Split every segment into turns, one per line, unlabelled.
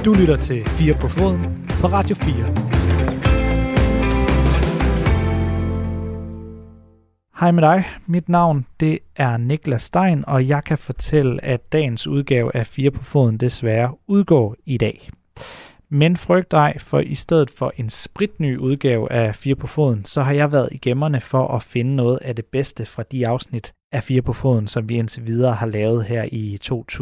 Du lytter til 4 på foden på Radio 4. Hej med dig. Mit navn det er Niklas Stein, og jeg kan fortælle, at dagens udgave af 4 på foden desværre udgår i dag. Men frygt ej, for i stedet for en spritny udgave af 4 på foden, så har jeg været i gemmerne for at finde noget af det bedste fra de afsnit af 4 på foden, som vi indtil videre har lavet her i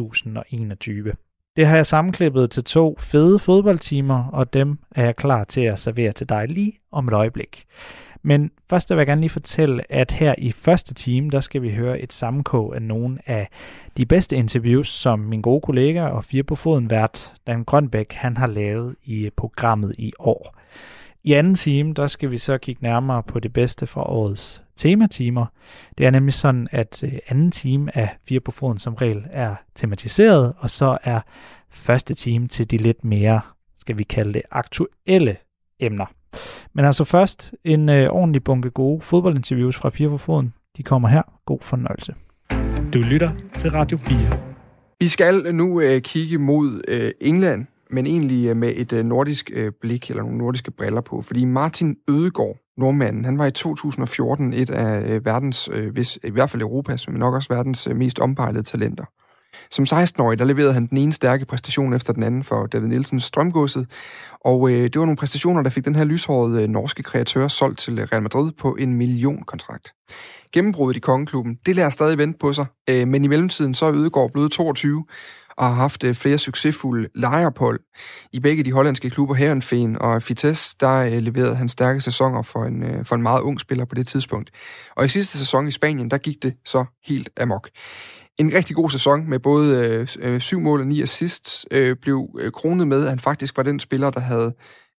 2021. Det har jeg sammenklippet til 2 fede fodboldtimer, og dem er jeg klar til at servere til dig lige om et øjeblik. Men først vil jeg gerne lige fortælle, at her i første time, der skal vi høre et sammenkog af nogle af de bedste interviews, som min gode kollega og 4 på foden vært Dan Grønbæk, han har lavet i programmet i år. I anden time, der skal vi så kigge nærmere på det bedste fra årets tematimer. Det er nemlig sådan, at anden time af 4 på foden som regel er tematiseret, og så er første time til de lidt mere, skal vi kalde det, aktuelle emner. Men altså først en ordentlig bunke gode fodboldinterviews fra 4 på foden. De kommer her. God fornøjelse. Du lytter til Radio 4.
Vi skal nu kigge mod England, men egentlig med et nordisk blik, eller nogle nordiske briller på. Fordi Martin Ødegaard, nordmanden, han var i 2014 et af verdens, i hvert fald Europas, men nok også verdens mest ombejlede talenter. Som 16-årig, der leverede han den ene stærke præstation efter den anden for David Nielsens Strømgodset, og det var nogle præstationer, der fik den her lyshårede norske kreatør solgt til Real Madrid på en millionkontrakt. Gennembruddet i kongeklubben, det lader stadig vente på sig, men i mellemtiden så er Ødegaard blevet 22 og har haft flere succesfulde lejeophold i begge de hollandske klubber Heerenveen og Vitesse. Der leverede han stærke sæsoner for en meget ung spiller på det tidspunkt. Og i sidste sæson i Spanien, der gik det så helt amok. En rigtig god sæson med både 7 mål og 9 assists blev kronet med, at han faktisk var den spiller, der havde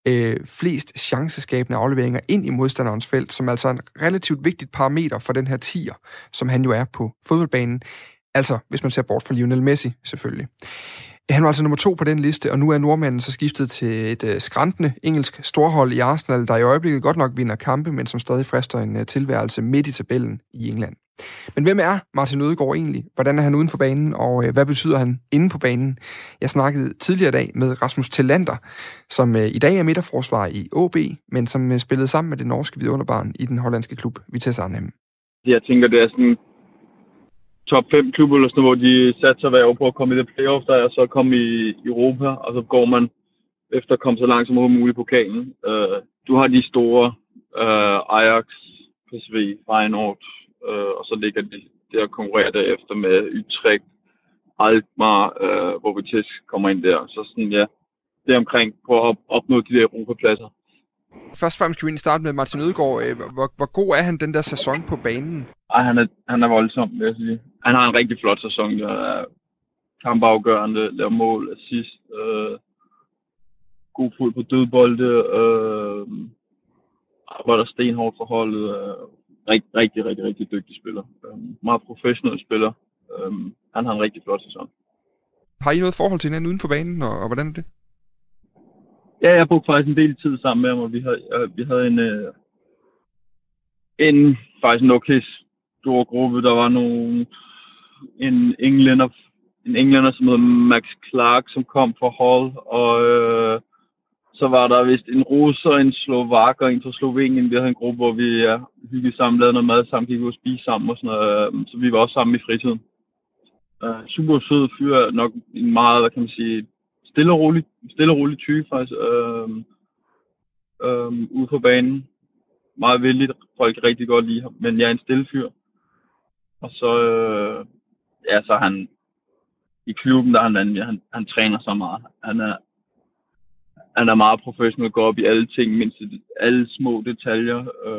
flest chanceskabende afleveringer ind i modstanderens felt, som altså er en relativt vigtigt parameter for den her tier, som han jo er på fodboldbanen. Altså, hvis man ser bort fra Lionel Messi, selvfølgelig. Han var altså nummer 2 på den liste, og nu er nordmanden så skiftet til et skrantende engelsk storhold i Arsenal, der i øjeblikket godt nok vinder kampe, men som stadig frister en tilværelse midt i tabellen i England. Men hvem er Martin Ødegaard egentlig? Hvordan er han uden for banen, og hvad betyder han inde på banen? Jeg snakkede tidligere i dag med Rasmus Thelander, som i dag er midterforsvarer i AaB, men som spillede sammen med det norske vidunderbarn i den hollandske klub Vitesse Arnhem.
Jeg tænker, det er sådan top 5 klubber, eller sådan, hvor de satser hver år på at komme i det playoff, der er så komme i Europa, og så går man efter at komme så langt som muligt på pokalen. Du har de store Ajax, PSV, Feyenoord, og så ligger de der og konkurrerer derefter med Utrecht, Alkmaar, hvor Vitesse kommer ind der. Så sådan, ja, det er omkring på at opnå de der Europapladser.
Først og fremmest kan vi starte med Martin Ødegaard. Hvor god er han den der sæson på banen?
Ej, han er voldsom, vil jeg sige. Han har en rigtig flot sæson. Der er kampafgørende, laver mål, assist, god fod på dødbolde, arbejder stenhårdt for holdet. Rigtig dygtig spiller. Meget professionel spiller. Han har en rigtig flot sæson.
Har I noget forhold til hinanden uden for banen, og hvordan er det?
Ja, jeg brugte faktisk en del tid sammen med ham, og vi havde en faktisk en okay stor gruppe. Der var en englænder, som hedder Max Clark, som kom fra Hull, og så var der vist en russer, en slovak og en fra Slovenien. Vi havde en gruppe, hvor vi hyggede sammen, lavede noget mad sammen, gik ud og spise sammen og sådan noget. Så vi var også sammen i fritiden. Super sød fyr, nok en meget, hvad kan man sige, stille og rolig type faktisk. Ude på banen. Meget vældigt, folk kan rigtig godt lide ham, men jeg er en stille fyr. Og så, så han i klubben, der er han træner så meget. Han er meget professionel, går op i alle ting, mindst alle små detaljer.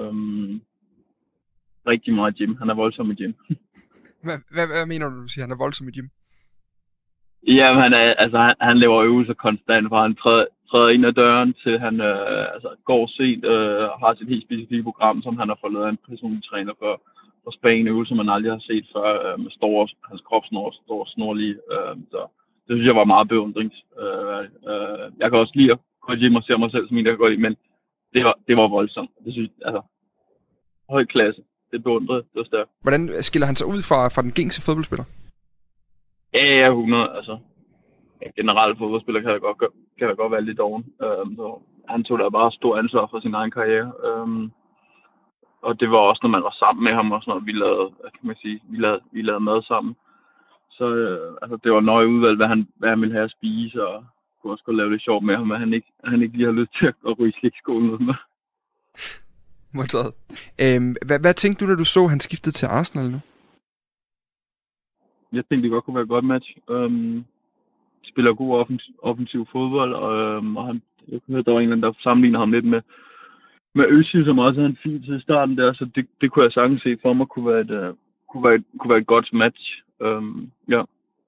Rigtig meget gym. Han er voldsom i gym.
Hvad mener du siger, han er voldsom i gym?
Jamen, han laver øvelser konstant, for han træder ind ad døren, til han går sent og har sit helt specifikke program, som han har fået lavet en personlig træner for Spanien, øvelser man aldrig har set før, med hans kropsnår står snorlige. Så det synes jeg var meget beundrings. Jeg kan også lide at gå i gym og se mig selv som en, der kan gå i, men det var voldsomt. Det synes jeg, høj klasse. Det beundrede, det var stærkt.
Hvordan skiller han sig ud fra den gængse fodboldspiller?
Ja, 100. Generelt fodboldspiller kan da godt være lidt doven. Så han tog da bare stor ansvar for sin egen karriere. Og det var også, når man var sammen med ham, og sådan noget, vi lavede, kan man sige, vi lavede mad sammen. Så altså, det var nøje udvalgt, hvad han ville have at spise, og kunne også godt lave det sjovt med ham, at han ikke lige har lyst til at ryge slikskålen ud med.
Modtaget. Hvad tænkte du, da du så, han skiftede til Arsenal nu?
Jeg tænkte, det godt kunne være et godt match. Spiller god offensiv fodbold, og jeg hørte, der var en eller anden, der sammenligner ham lidt med Özil, som også havde en fin til starten der, så det kunne jeg sagtens se for mig kunne være et godt match. Ja.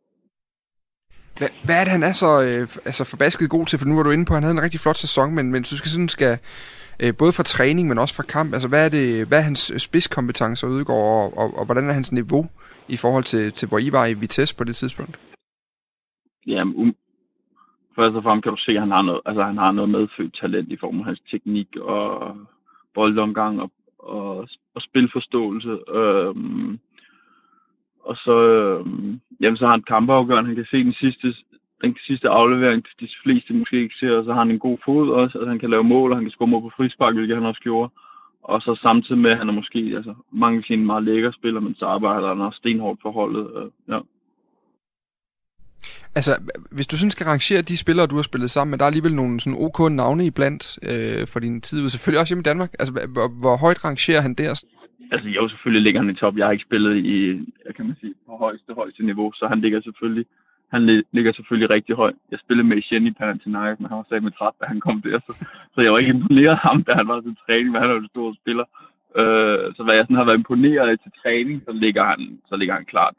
Hvad er det, han er så forbasket god til? For nu var du inde på, at han havde en rigtig flot sæson, men du skal både fra træning, men også fra kamp. Altså, hvad er hans spidskompetencer udgår, og hvordan er hans niveau i forhold til hvor I var i Vitesse på det tidspunkt?
Jamen, først og fremmest kan du se, at han har noget medfødt talent i form af hans teknik og boldomgang og spilforståelse. Og så, så har han kampafgørende. Han kan se den sidste aflevering, de fleste måske ikke ser, og så har han en god fod også. Altså, han kan lave mål, og han kan score mål på frispark, hvilket han også gjorde. Og så samtidig med, at han er måske mange af sine meget lækre spiller, men så arbejder han også stenhårdt for holdet. Ja.
Altså, hvis du sådan skal rangere de spillere, du har spillet sammen med, der er alligevel nogle sådan OK navne iblandt for din tid, selvfølgelig også hjemme i Danmark. Altså, hvor højt rangerer han der?
Altså, jo, selvfølgelig ligger han i top. Jeg har ikke spillet på højeste niveau, så han ligger selvfølgelig rigtig højt. Jeg spillede med Etienne i Panathinaikos, men han var sagt med træt, da han kom der, så jeg var ikke imponeret af ham, da han var til træning, men han er jo en stor spiller. Så hvad jeg sådan har været imponeret af til træning, så ligger han klart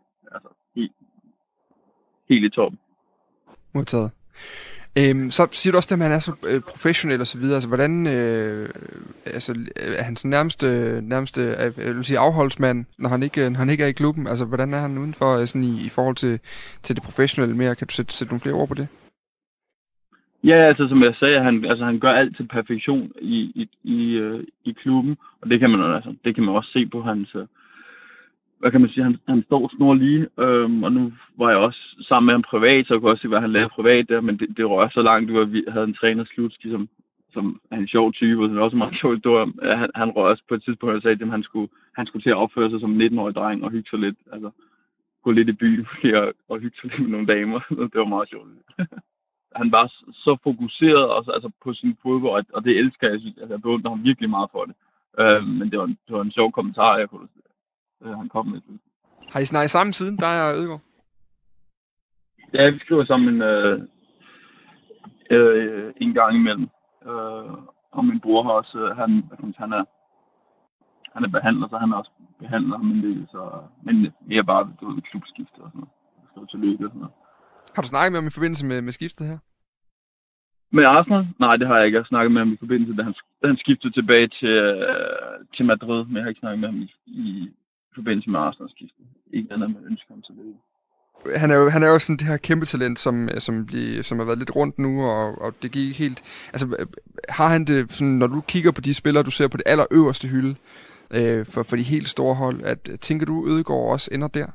helt i toppen.
Modtaget. Så siger du også, at han er så professionel og så videre. Altså, hvordan er han så nærmeste jeg vil sige, afholdsmand, når han ikke er i klubben? Altså, hvordan er han udenfor sådan i forhold til det professionelle mere? Kan du sætte nogle flere ord på det?
Ja, altså som jeg sagde, han gør alt til perfektion i klubben, og det kan man også se på hans. Hvad kan man sige, han står snor lige, og nu var jeg også sammen med ham privat, så jeg kunne også se, hvad han lavede privat der, men det rører så langt ud, at vi havde en træner Slutski, som er en sjov type, og som også meget sjov historie. Han rører også på et tidspunkt, og sagde, at han skulle til at opføre sig som en 19-årig dreng og hygge sig lidt, altså gå lidt i byen og hygge sig lidt med nogle damer. Det var meget sjovt. Han var så fokuseret også, på sin fodbold, og det elsker jeg. Jeg beundrer ham virkelig meget for det. Men det var en sjov kommentar, jeg kunne han kom med.
Har I snakket sammen siden, dig og Ødegaard?
Ja, vi skriver sammen en gang imellem. Og min bror har også, han er behandler, så han har også behandlet ham en del. Men vi er bare ved klubskiftet og sådan noget. Jeg skriver tillykke og sådan noget.
Har du snakket med ham i forbindelse med skiftet her?
Med Arsenal? Nej, det har jeg ikke. Jeg har snakket med ham i forbindelse, da han skiftede tilbage til Madrid. Men jeg har ikke snakket med ham i forbindelse med Arsenal-skiftet. Ikke andet, man ønsker ham til det.
Han er jo sådan det her kæmpe talent, som har været lidt rundt nu, og det gik helt. Altså, har han det sådan, når du kigger på de spillere, du ser på det allerøverste hylde for de helt store hold, at tænker du, Ødegaard også ender der?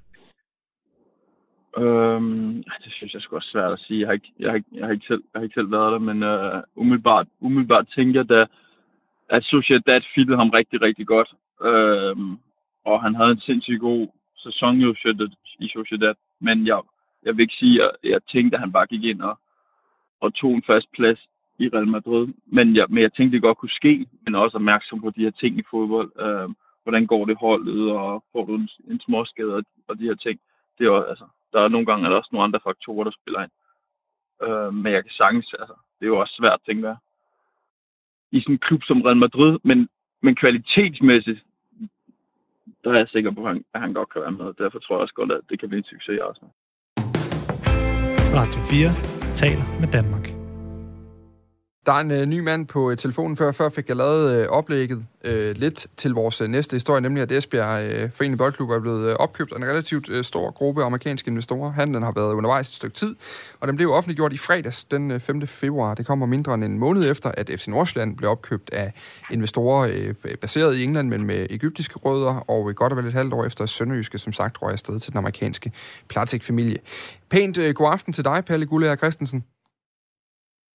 Det synes jeg sgu også svært at sige. Jeg har ikke selv været der, men umiddelbart tænker jeg da, at Sociedad fittede ham rigtig, rigtig godt. Og han havde en sindssygt god sæson i Sociedad, men jeg vil ikke sige, at jeg tænkte, at han bare gik ind og tog en fast plads i Real Madrid. Men jeg tænkte, det godt kunne ske, men også opmærksom på de her ting i fodbold. Hvordan går det holdet, og får du en småskade og de her ting. Det er også, der er nogle gange også nogle andre faktorer, der spiller ind. Men jeg kan sagtens, det er jo også svært, tænker jeg. I sådan en klub som Real Madrid, men kvalitetsmæssigt, der er jeg sikker på, at han godt kan være med. Derfor tror jeg også godt, at det kan blive en succes i Arsenal.
Radio 4 taler med Danmark.
Der er en ny mand på telefonen. Før fik jeg lavet oplægget lidt til vores næste historie, nemlig at Esbjerg Forening Boldklub er blevet opkøbt af en relativt stor gruppe amerikanske investorer. Handlen har været undervejs et stykke tid, og den blev offentliggjort i fredags den 5. februar. Det kommer mindre end en måned efter, at FC Nordsjælland blev opkøbt af investorer baseret i England, men med egyptiske rødder, og godt og vel et halvt år efter Sønderjyske, som sagt, røg afsted til den amerikanske Platek-familie. Pænt god aften til dig, Palle Guldager Christensen.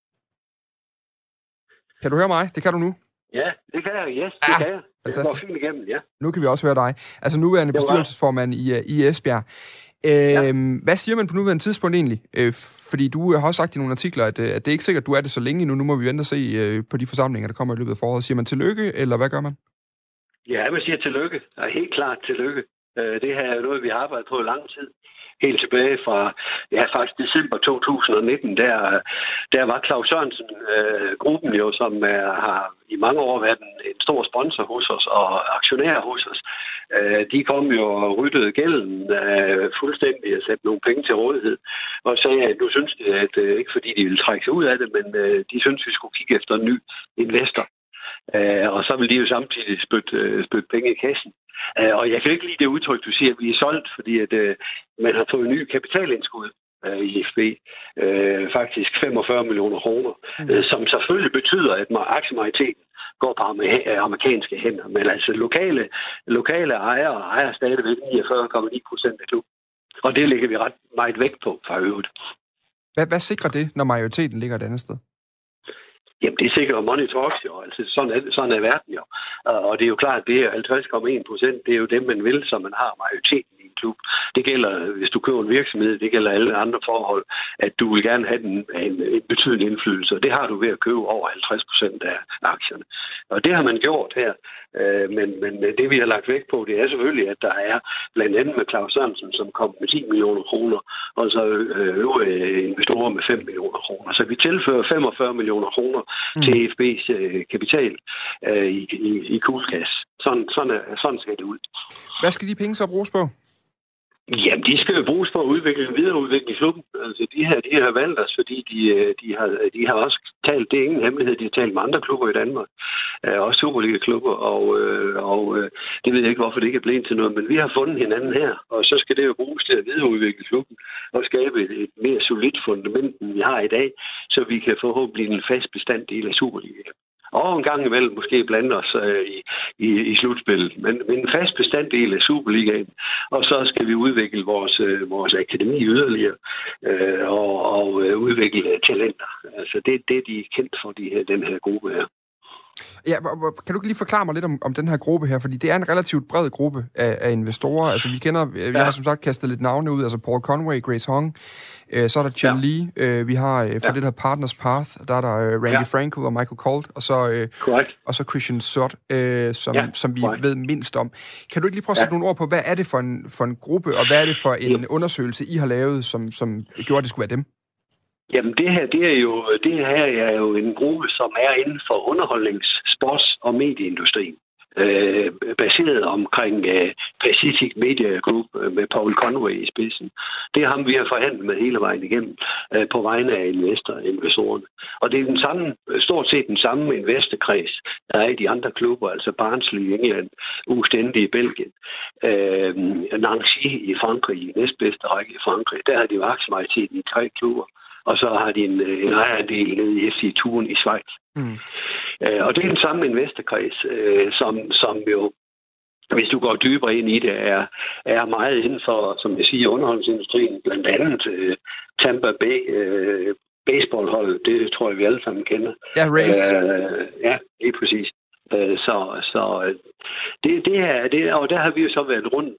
Kan du høre mig? Det kan du nu?
Ja, det kan jeg. Yes, det kan jeg. Det går fint igennem, ja.
Nu kan vi også høre dig. Altså nuværende bestyrelsesformand i Esbjerg. Hvad siger man på nuværende tidspunkt egentlig? Fordi du har også sagt i nogle artikler, at det er ikke sikkert, at du er det så længe endnu. Nu må vi vente og se på de forsamlinger, der kommer i løbet af foråret. Siger man tillykke, eller hvad gør man?
Ja, man siger tillykke. Helt klart tillykke. Det her er noget, vi har arbejdet på i lang tid. Helt tilbage fra, faktisk december 2019, der var Claus Sørensen, gruppen jo, som har i mange år været en stor sponsor hos os og aktionær hos os. De kom jo og ryddede gælden fuldstændig og satte nogle penge til rådighed og sagde, at nu synes de, at ikke fordi de ville trække sig ud af det, men de synes, vi skulle kigge efter en ny investor. Og så vil de jo samtidig spytte penge i kassen. Og jeg kan ikke lide det udtryk, du siger, at vi er solgt, fordi at man har fået en ny kapitalindskud i FB. Faktisk 45 millioner kroner, som selvfølgelig betyder, at aktiemajoriteten går på amerikanske hænder. Men altså lokale ejere ejer stadigvæk 49,9% af klubben. Og det lægger vi ret meget vægt på for øvrigt.
Hvad sikrer det, når majoriteten ligger et andet sted?
Jamen, det er sikkert money talks jo. Altså, sådan er verden jo. Og det er jo klart, at det er 50,1%. Det er jo dem, man vil, så man har majoriteten i en klub. Det gælder, hvis du køber en virksomhed, det gælder alle andre forhold, at du vil gerne have en betydelig indflydelse. Og det har du ved at købe over 50% af aktierne. Og det har man gjort her. Men det, vi har lagt vægt på, det er selvfølgelig, at der er blandt andet med Claus Sørensen, som kom med 10 millioner kroner, og så øvrige investorer med 5 millioner kroner. Så vi tilfører 45 millioner kroner til FB's kapital i kuglekasse. Sådan skal det ud. Hvad skal de penge så bruges på? Jamen, de skal jo bruges på at videreudvikle klubben. Altså, de har valgt os, fordi de har også talt, det er ingen hemmelighed, de har talt med andre klubber i Danmark. Også Superliga-klubber, og det ved jeg ikke, hvorfor det ikke er blevet til noget, men vi har fundet hinanden her, og så skal det jo bruges til at videreudvikle klubben og skabe et mere solidt fundament, end vi har i dag, så vi kan forhåbentlig blive en fast bestanddel af Superliga. Og en gang imellem måske blande os i slutspillet. Men en fast bestanddel af Superligaen. Og så skal vi udvikle vores akademi yderligere og udvikle talenter. Altså det de er kendt for, den her gruppe her.
Ja, kan du ikke lige forklare mig lidt om den her gruppe her? Fordi det er en relativt bred gruppe af investorer. Altså vi har som sagt kastet lidt navne ud. Altså Paul Conway, Grace Hong, så er der Chen Lee, vi har fra det her Partners Path, der er der Randy Frankel og Michael Colt, og så Christian Sott, som vi ved mindst om. Kan du ikke lige prøve at sætte nogle ord på, hvad er det for en gruppe, og hvad er det for en undersøgelse, I har lavet, som gjorde, at det skulle være dem?
Jamen det her er jo en gruppe, som er inden for underholdnings-, sports- og medieindustrien. Baseret omkring Pacific Media Group med Paul Conway i spidsen. Det er ham, vi har forhandlet med hele vejen igennem på vegne af investorerne. Og det er stort set den samme investorkreds, der er i de andre klubber, altså Barnsley i England, Ostende i Belgien, Nancy i Frankrig, i næstbedste række i Frankrig. Der har de jo aktiemajoriteten i 3 klubber. Og så har de en ejerandel nede i FC Thun i Schweiz. Og det er den samme investorkreds, som jo, hvis du går dybere ind i det, er meget inden for, som jeg siger, underholdningsindustrien, blandt andet Tampa Bay baseballholdet, det tror jeg, vi alle sammen kender.
Ja, Rays.
Ja, lige præcis. Så det her, og der har vi jo så været rundt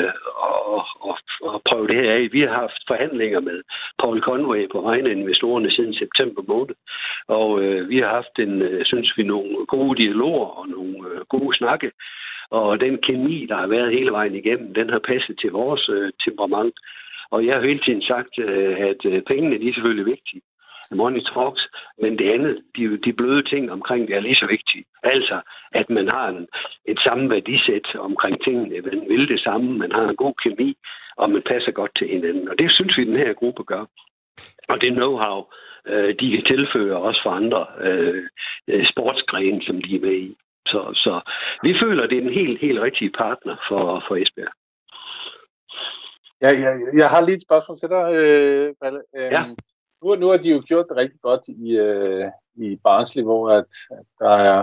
og prøvet det her af. Vi har haft forhandlinger med Paul Conway på vegne af investorerne siden september måned, og vi har haft synes vi, nogle gode dialoger og nogle gode snakke, og den kemi, der har været hele vejen igennem, den har passet til vores temperament. Og jeg har hele tiden sagt, at pengene, de er selvfølgelig vigtige. Money talks, men det andet, de bløde ting omkring det er lige så vigtige. Altså, at man har et samme værdisæt omkring tingene, man vil det samme, man har en god kemi, og man passer godt til hinanden. Og det synes vi, den her gruppe gør. Og det know-how, de kan tilføre også for andre sportsgrene, som de er med i. Så vi føler, at det er en helt rigtig partner for Esbjerg.
Ja, jeg har lige et spørgsmål til dig, Palle.
Ja.
Nu har de jo gjort det rigtig godt i Barnsley, hvor at der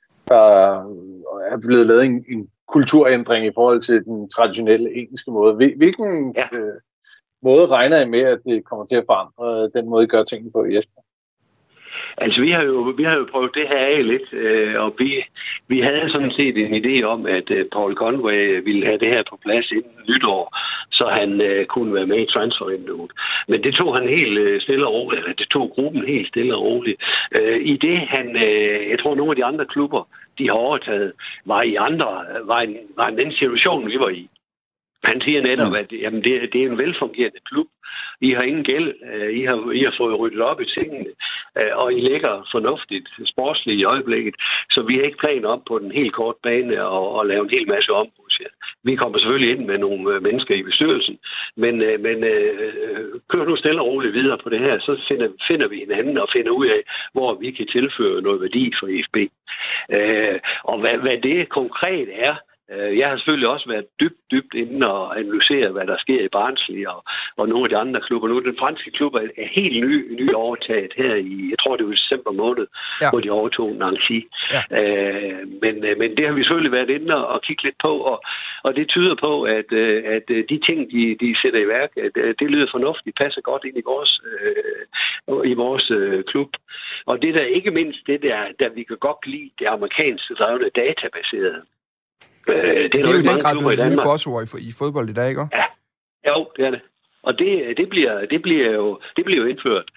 er blevet lavet en kulturændring i forhold til den traditionelle engelske måde. Hvilken måde regner I med, at det kommer til at forandre den måde, I gør tingene på i Esbjerg?
Altså, vi har jo prøvet det her af lidt, og vi havde sådan set en idé om, at Paul Conway ville have det her på plads inden nytår, så han kunne være med i transfervinduet. Men det tog han helt stille og roligt, eller det tog gruppen helt stille og roligt. I det jeg tror, nogle af de andre klubber, de har overtaget, var en anden situation, vi var i. Han siger netop, at jamen, det er en velfungerende klub. I har ingen gæld. I har fået ryddet op i tingene, og I ligger fornuftigt sportsligt i øjeblikket. Så vi har ikke planer op på den helt korte bane og lave en hel masse om. Vi kommer selvfølgelig ind med nogle mennesker i bestyrelsen, men kører nu stille og roligt videre på det her, så finder vi hinanden og finder ud af, hvor vi kan tilføre noget værdi for IFB. Og hvad det konkret er, jeg har selvfølgelig også været dybt inde og analysere, hvad der sker i Barnsley og nogle af de andre klubber. Nu den franske klub er helt ny overtaget her i, jeg tror det var i december måned, hvor de overtog Nancy. Ja. Men det har vi selvfølgelig været inde og kigge lidt på, og det tyder på, at de ting, de sætter i værk, det lyder fornuftigt, passer godt ind i vores klub. Og det der ikke mindst, det der vi kan godt lide, det amerikanske drevne databaserede.
Det er jo i den grad blevet nye bossord i fodbold i dag, ikke?
Ja, jo, det er det. Og det bliver jo indført.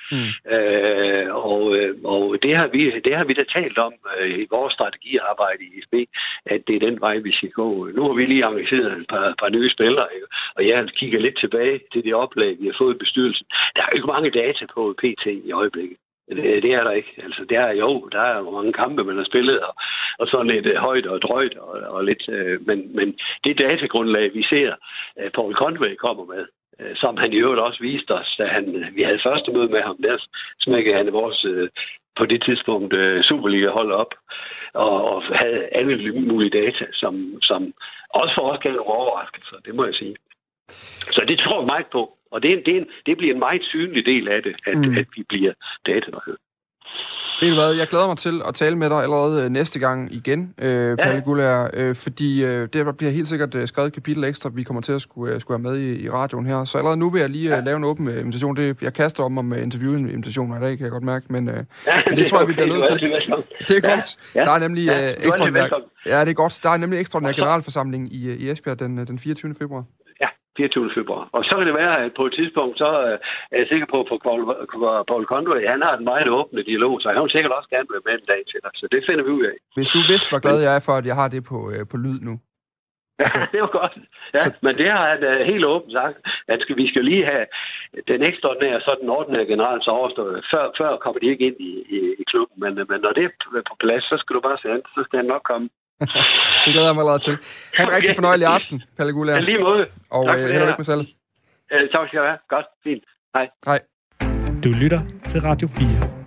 Og det har vi da talt om i vores strategiarbejde i IFB, at det er den vej, vi skal gå. Nu har vi lige engageret et par nye spillere, og jeg kigger lidt tilbage til det oplag, vi har fået i bestyrelsen. Der er jo ikke mange data på PT i øjeblikket. Det er der ikke. Altså, der er jo mange kampe, man har spillet, og sådan lidt højt og drøjt, og lidt, men det datagrundlag, vi ser, Paul Conway kommer med, som han i øvrigt også viste os, da vi havde første møde med ham, der smækkede han vores, på det tidspunkt, Superliga-hold op, og havde alle mulige data, som også for os gav nogle overraskelser, det må jeg sige. Så det tror jeg meget på. Og det bliver en meget synlig del af det, at vi bliver datadrevet.
Ved du hvad, jeg glæder mig til at tale med dig allerede næste gang igen, Palle Guldager, fordi det bliver helt sikkert skrevet et kapitel ekstra, vi kommer til at skulle have med i radioen her. Så allerede nu vil jeg lige lave en åben invitation. Jeg kaster om interviewinvitationer i dag, kan jeg godt mærke, men det tror jeg, vi bliver nødt til. Det er godt. Der er nemlig ekstraordinær. Ja, det er godt. Der er nemlig ekstraordinær generalforsamling i Esbjerg den 24. februar.
24. februar. Og så kan det være, at på et tidspunkt, så er jeg sikker på, at Paul Conway, han har en meget åbne dialog, så han vil sikkert også gerne være med en dag til dig. Så det finder vi ud af.
Hvis du vidste, hvor glad jeg er for, at jeg har det på lyd nu.
Ja, det var godt. Ja, men det har han helt åbent sagt, at vi skal lige have den ekstraordinære, så den ordinære general så overstået. Før kommer de ikke ind i klubben, men når det er på plads, så skal du bare se an, så skal han nok komme.
Det glæder jeg mig allerede til. Ha' en rigtig fornøjelig aften, Palle Guldager.
Lige måde.
Og held og lykke med salget.
Tak skal jeg have. Godt. Fint. Hej.
Hej.
Du lytter til Radio 4.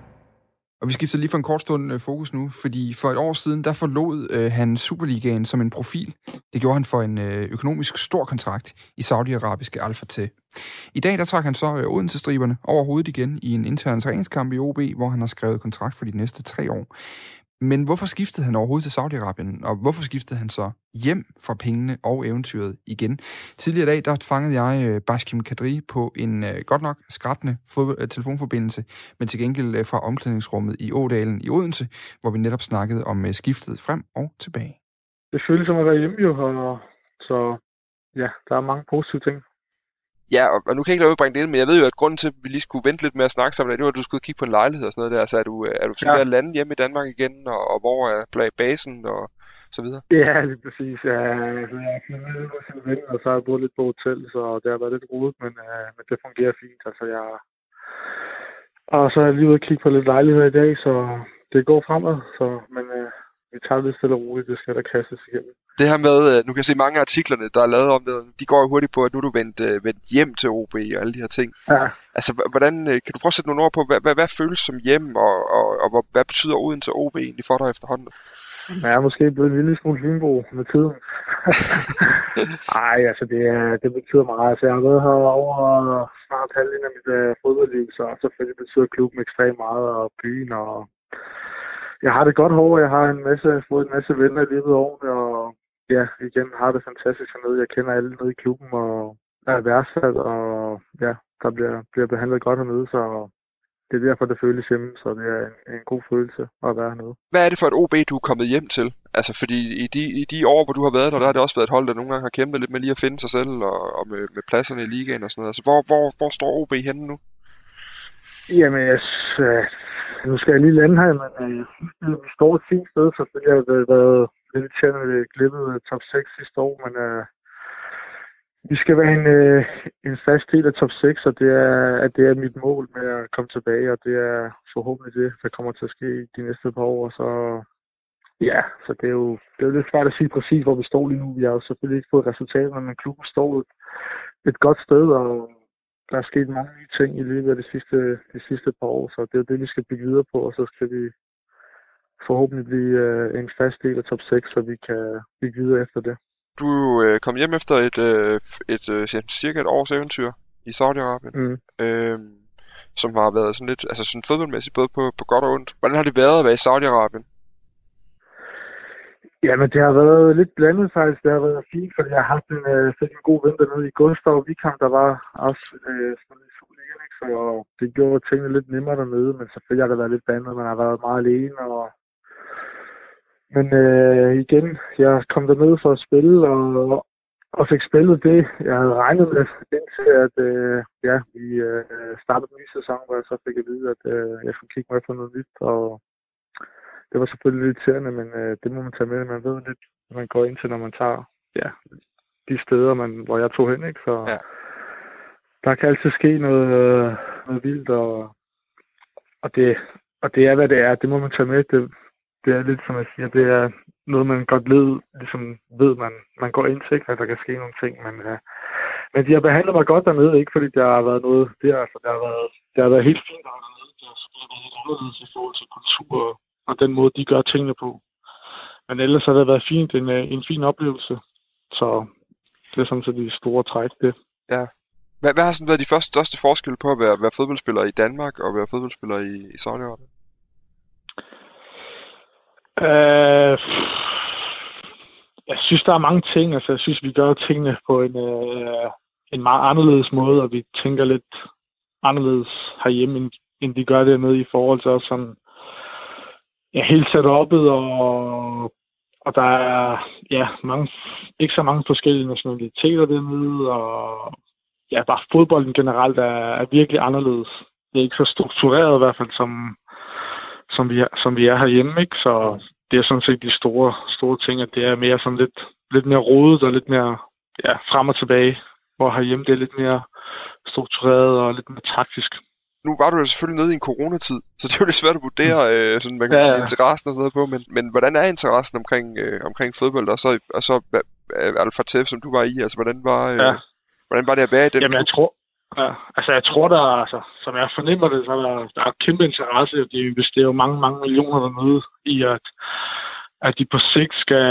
Og vi skifter lige for en kort stund fokus nu, fordi for et år siden, der forlod han Superligaen som en profil. Det gjorde han for en økonomisk stor kontrakt i saudiarabiske Al Fateh. I dag, der trak han så Odense-striberne over hovedet igen i en intern træningskamp i OB, hvor han har skrevet kontrakt for de næste 3 år. Men hvorfor skiftede han overhovedet til Saudi-Arabien, og hvorfor skiftede han så hjem fra pengene og eventyret igen? Tidligere i dag, der fangede jeg Baskim Kadri på en godt nok skrattende telefonforbindelse, men til gengæld fra omklædningsrummet i Ådalen i Odense, hvor vi netop snakkede om skiftet frem og tilbage.
Det føles som at være hjemme jo, så ja, der er mange positive ting.
Ja, og nu kan jeg ikke lade udbringe det ind, men jeg ved jo, at grunden til, at vi lige skulle vente lidt med at snakke sammen, det var, at du skulle kigge på en lejlighed og sådan noget der. Så er du ved at lande hjemme i Danmark igen, og hvor er basen og så videre?
Ja, lige præcis. Ja, jeg er med hos en ven, og så har jeg boet lidt på hotel, så det har været lidt rodet, men det fungerer fint. Altså, og så er jeg lige ude og kigge på lidt lejligheder i dag, så det går fremad. Men vi tager det lidt stille og roligt, det skal der kastes igennem.
Det her med, nu kan jeg se mange af artiklerne, der er lavet om det, de går jo hurtigt på, at nu er du vendt hjem til OB og alle de her ting.
Ja.
Altså, hvordan, kan du prøve at sætte nogle ord på, hvad føles som hjem, og hvad betyder Odense til OB egentlig for dig efterhånden?
Jeg er måske blevet en lille smule Fynbo med tiden. Ej, altså det betyder meget. Altså, jeg har været her over snart halvdelen af mit fodboldliv, så selvfølgelig betyder klubben ekstremt meget, og byen, og jeg har det godt herovre. Jeg har fået en masse venner i løbet af årene, og ja, igen har det fantastisk hernede. Jeg kender alle nede i klubben, og er værdsat, og ja, der bliver behandlet godt hernede, så det er derfor, det føles hjemme, så det er en god følelse at være hernede.
Hvad er det for et OB, du er kommet hjem til? Altså, fordi i de år, hvor du har været der har det også været et hold, der nogle gange har kæmpet lidt med lige at finde sig selv og med pladserne i ligaen og sådan noget. Altså, hvor står OB henne nu?
Jamen, nu skal jeg lige lande her, men vi står et fint sted, så jeg har været lidt irriterende ved glippet top 6 sidste år, men vi skal være en fast del af top 6, og det er mit mål med at komme tilbage, og det er forhåbentlig det, der kommer til at ske de næste par år. Så ja, så det er jo lidt svært at sige præcis, hvor vi står lige nu. Vi har jo selvfølgelig ikke fået resultater, men klubben står et godt sted, og der er sket mange nye ting i løbet af de sidste par år, så det er det, vi skal bygge videre på, og så skal vi forhåbentlig blive en fast del af top 6, så vi kan bygge videre efter det.
Du kom hjem efter cirka et års eventyr i Saudi-Arabien, som har været sådan lidt, altså sådan fodboldmæssigt, både på godt og ondt. Hvordan har det været at være i Saudi-Arabien?
Jamen, det har været lidt blandet faktisk. Det har været fint, fordi jeg har haft en god ven dernede i Gustav Wikhamn, der var også sådan i Superligaen, ikke? Så det gjorde tingene lidt nemmere dernede, men selvfølgelig har det været lidt blandet. Man har været meget alene, Men igen, jeg kom derned for at spille, og fik spillet det, jeg havde regnet med, indtil at vi startede en ny sæson, hvor jeg så fik at vide, at jeg skulle kigge mig på noget nyt, og det var selvfølgelig lidt irriterende, men det må man tage med. Man ved lidt, hvad man går ind til, når man tager de steder, hvor jeg tog hen, ikke? Så der kan altid ske noget vildt, og det er, hvad det er. Det må man tage med. Det er lidt, som jeg siger, det er noget, man godt ved, man går ind til, at der kan ske nogle ting. Men de har behandlet mig godt dernede, ikke fordi der har været noget der. Altså, det har været helt fint dernede. Det har selvfølgelig været helt anderledes i forhold til kultur og den måde, de gør tingene på. Men ellers har det været fint, en fin oplevelse. Så det er sådan set de store træk, det.
Ja. Hvad har sådan været de største forskelle på at være fodboldspiller i Danmark og være fodboldspiller i Saudi-Arabien?
Jeg synes, der er mange ting. Altså, jeg synes, vi gør tingene på en meget anderledes måde, og vi tænker lidt anderledes herhjemme, end de gør dernede i forhold til også sådan helt setup'et, og der er ikke så mange forskellige nationaliteter dernede, og bare fodbolden generelt er virkelig anderledes. Det er ikke så struktureret i hvert fald, som vi er herhjemme, ikke? Så det er sådan set de store ting, at det er mere sådan lidt mere rodet og lidt mere frem og tilbage, hvor herhjemme det er lidt mere struktureret og lidt mere taktisk.
Nu var du jo selvfølgelig nede i en coronatid, så det er jo lidt svært at vurdere sådan, man kan sige, interessen og sådan noget på, men hvordan er interessen omkring fodbold, og så Al Fateh, som du var i, altså hvordan var det at være i den klub?
Jeg tror der, som jeg fornemmer det, så der er kæmpe interesse. De investerer jo mange millioner dernede i, at de på sigt skal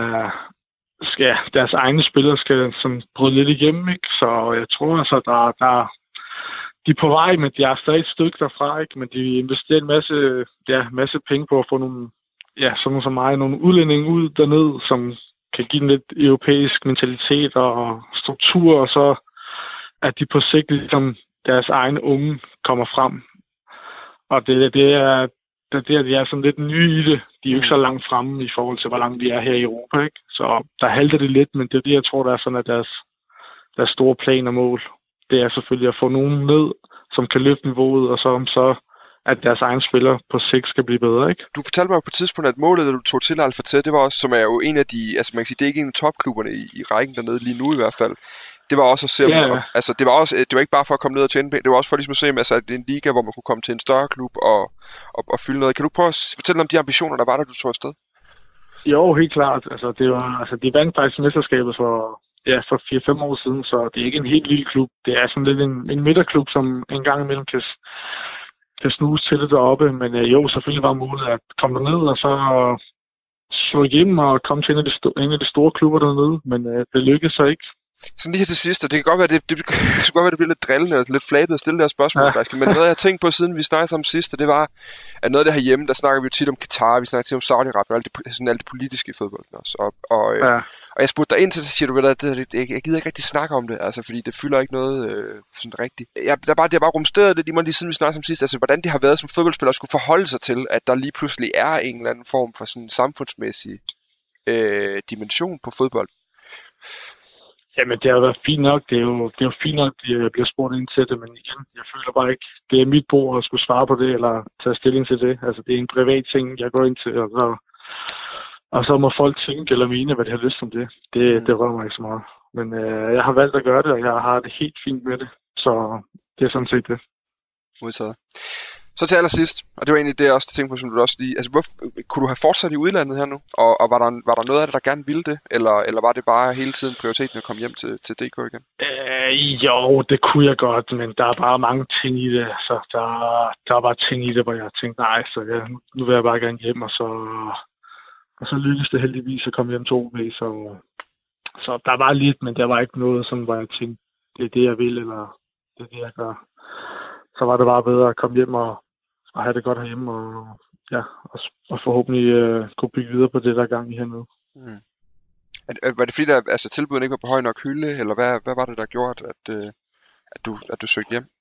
deres egne spillere skal sådan bryde lidt igennem, ikke? Så jeg tror altså, de er på vej, men de er stadig et stykke derfra, ikke? Men de investerer en masse penge på at få nogle, sådan som mig, nogle udlændinge ud dernede, som kan give en lidt europæisk mentalitet og struktur, og så at de på sigt ligesom deres egne unge kommer frem. Og det er de er sådan lidt nye i det. De er jo ikke så langt fremme i forhold til, hvor langt vi er her i Europa, ikke? Så der halter det lidt, men det er det, jeg tror, der er sådan, at deres store plan og mål, det er selvfølgelig at få nogen ned, som kan løfte niveauet, og så at deres egen spillere på sigt skal blive bedre, ikke?
Du fortalte mig på et tidspunkt, at målet, da du tog til Al Fateh, det var også, som er jo en af de, altså man kan sige, det er ikke en af topklubberne i rækken dernede lige nu i hvert fald. Det var også at se, altså det var ikke bare for at komme ned og tjene penge, det var også for ligesom at se, at det er en liga, hvor man kunne komme til en større klub og fylde noget. Kan du prøve at fortælle om de ambitioner, der var, da du tog afsted? Jo,
helt klart. De vandt faktisk mesterskabet for 4-5 år siden, så det er ikke en helt lille klub. Det er sådan lidt en midterklub, som en gang imellem kan snuse til det deroppe, men selvfølgelig var målet at komme derned og så slå igennem og komme til en af de store klubber dernede, men det lykkedes så ikke.
Sådan lige her til sidst, og det kan godt være, det bliver lidt drillende og lidt flabet at stille det her spørgsmål, ja. Men noget, jeg har tænkt på, siden vi snakkede sammen sidst, og det var, at noget af det herhjemme, der snakker vi jo tit om Katar, vi snakker tit om Saudi-Arabien, og alt det politiske i fodbolden også. Og jeg spurgte dig ind til, så siger du, jeg gider ikke rigtig snakke om det, altså, fordi det fylder ikke noget sådan rigtigt. Det har bare rumsteret lidt i mig lige siden vi snakkede sammen sidst, altså hvordan det har været som fodboldspiller at skulle forholde sig til, at der lige pludselig er en eller anden form for sådan samfundsmæssig dimension på fodbold.
Jamen, det har været fint nok. Det er jo fint nok, at jeg bliver spurgt ind til det, men igen, jeg føler bare ikke, det er mit bord at skulle svare på det, eller tage stilling til det. Altså, det er en privat ting, jeg går ind til, og så må folk tænke eller mene, hvad de har lyst om det. Det rører mig ikke så meget. Men jeg har valgt at gøre det, og jeg har det helt fint med det. Så det er sådan set det.
Modtaget. Så til allersidst, og det var egentlig det også, det tænkte på, som du også lige... Altså, kunne du have fortsat i udlandet her nu? Og var der noget af det, der gerne ville det? Eller var det bare hele tiden prioriteten at komme hjem til DK igen?
Jo, det kunne jeg godt, men der er bare mange ting i det. Så der er bare ting i det, hvor jeg tænkte, nej, så nu vil jeg bare gerne hjem, og så lykkedes det heldigvis at komme hjem til OB. Så der var lidt, men der var ikke noget, som hvor jeg tænkte, det er det, jeg vil, eller det er det, jeg gør. Så var det bare bedre at komme hjem og have det godt herhjemme, og forhåbentlig kunne bygge videre på det, der er gang i hernede.
Mm. Var det fordi, at tilbuddet ikke var på høj nok hylde, eller hvad var det, der gjorde, at du søgte hjem?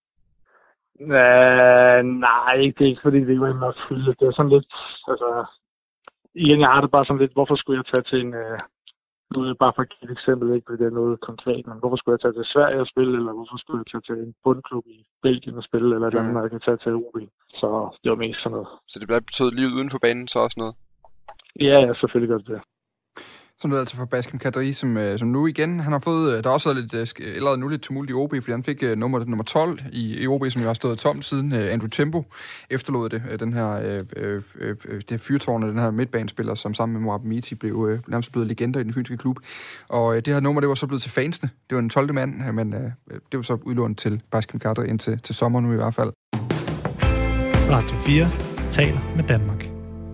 Nej, det er ikke fordi, det ikke var nok hylde. Det er sådan lidt, altså, igen, jeg har det bare sådan lidt, hvorfor skulle jeg tage til en, nu er det bare for et eksempel, ikke fordi det er noget konkret, men hvorfor skulle jeg tage til Sverige og spille, eller hvorfor skulle jeg tage til en bundklub i Belgien og spille, eller et andet, når jeg kan tage til OB. Så det var mest sådan noget. Så
det betød livet uden for banen så også noget?
Ja, selvfølgelig godt det.
Sådan noget altså for Baskem Kadri, som nu igen, han har fået, der har også været lidt, allerede nu lidt tumult i OB, fordi han fik nummer 12 i OB, som jo har stået tomt siden Andrew Tembo efterlod det, den her, det fyrtårn af den her midtbanespiller, som sammen med Mohamed Miti blev nærmest blevet legender i den fynske klub. Og det her nummer, det var så blevet til fansene. Det var den 12. mand, men det var så udlånt til Baskem Kadri indtil til sommer nu i hvert fald.
Radio 4 taler med Danmark.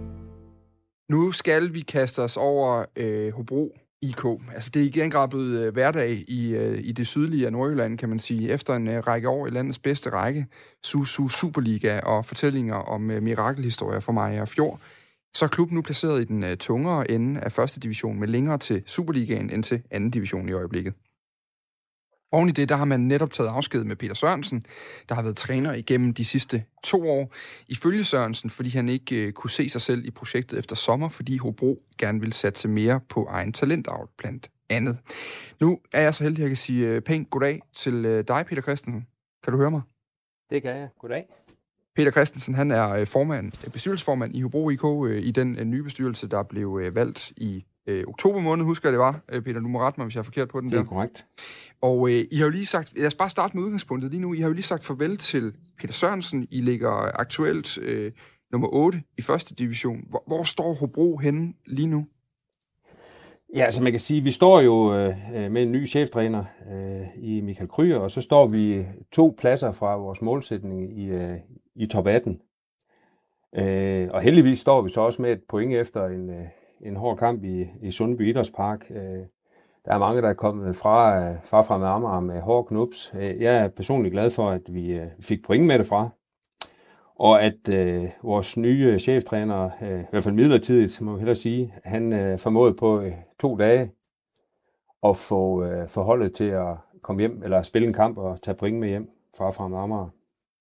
Nu skal vi kaste os over Hobro IK. Altså, det er i den grad blevet hverdag i det sydlige af Nordjylland, kan man sige. Efter en række år i landets bedste række, SUSU Superliga og fortællinger om mirakelhistorier fra Maja Fjord, så er klubben nu placeret i den tungere ende af første division med længere til Superligaen end til anden division i øjeblikket. Oven i det, der har man netop taget afsked med Peter Sørensen, der har været træner igennem de sidste 2 år. Ifølge Sørensen, fordi han ikke kunne se sig selv i projektet efter sommer, fordi Hobro gerne ville satse mere på egen talentavl blandt andet. Nu er jeg så heldig, at jeg kan sige pænt goddag til dig, Peter Christensen. Kan du høre mig?
Det kan jeg. Goddag.
Peter Christensen, han er bestyrelsesformand i Hobro IK i den nye bestyrelse, der blev valgt i oktober måned, husker jeg det var. Peter, du må rette mig, hvis jeg er forkert på den der.
Det er korrekt.
Og I har jo lige sagt, lad os bare starte med udgangspunktet lige nu. I har jo lige sagt farvel til Peter Sørensen. I ligger aktuelt nummer 8 i første division. Hvor står Hobro henne lige nu?
Ja, altså man kan sige, vi står jo med en ny cheftræner i Michael Kryer, og så står vi 2 pladser fra vores målsætning i top 18. Og heldigvis står vi så også med et point efter en hård kamp i Sundby Idrætspark. Der er mange, der er kommet fra med Amager med hård knups. Jeg er personligt glad for, at vi fik point med det fra. Og at vores nye cheftræner, i hvert fald midlertidigt, må jeg hellere sige, han formåede på 2 dage at få holdet til at komme hjem, eller spille en kamp og tage point med hjem fra med Amager.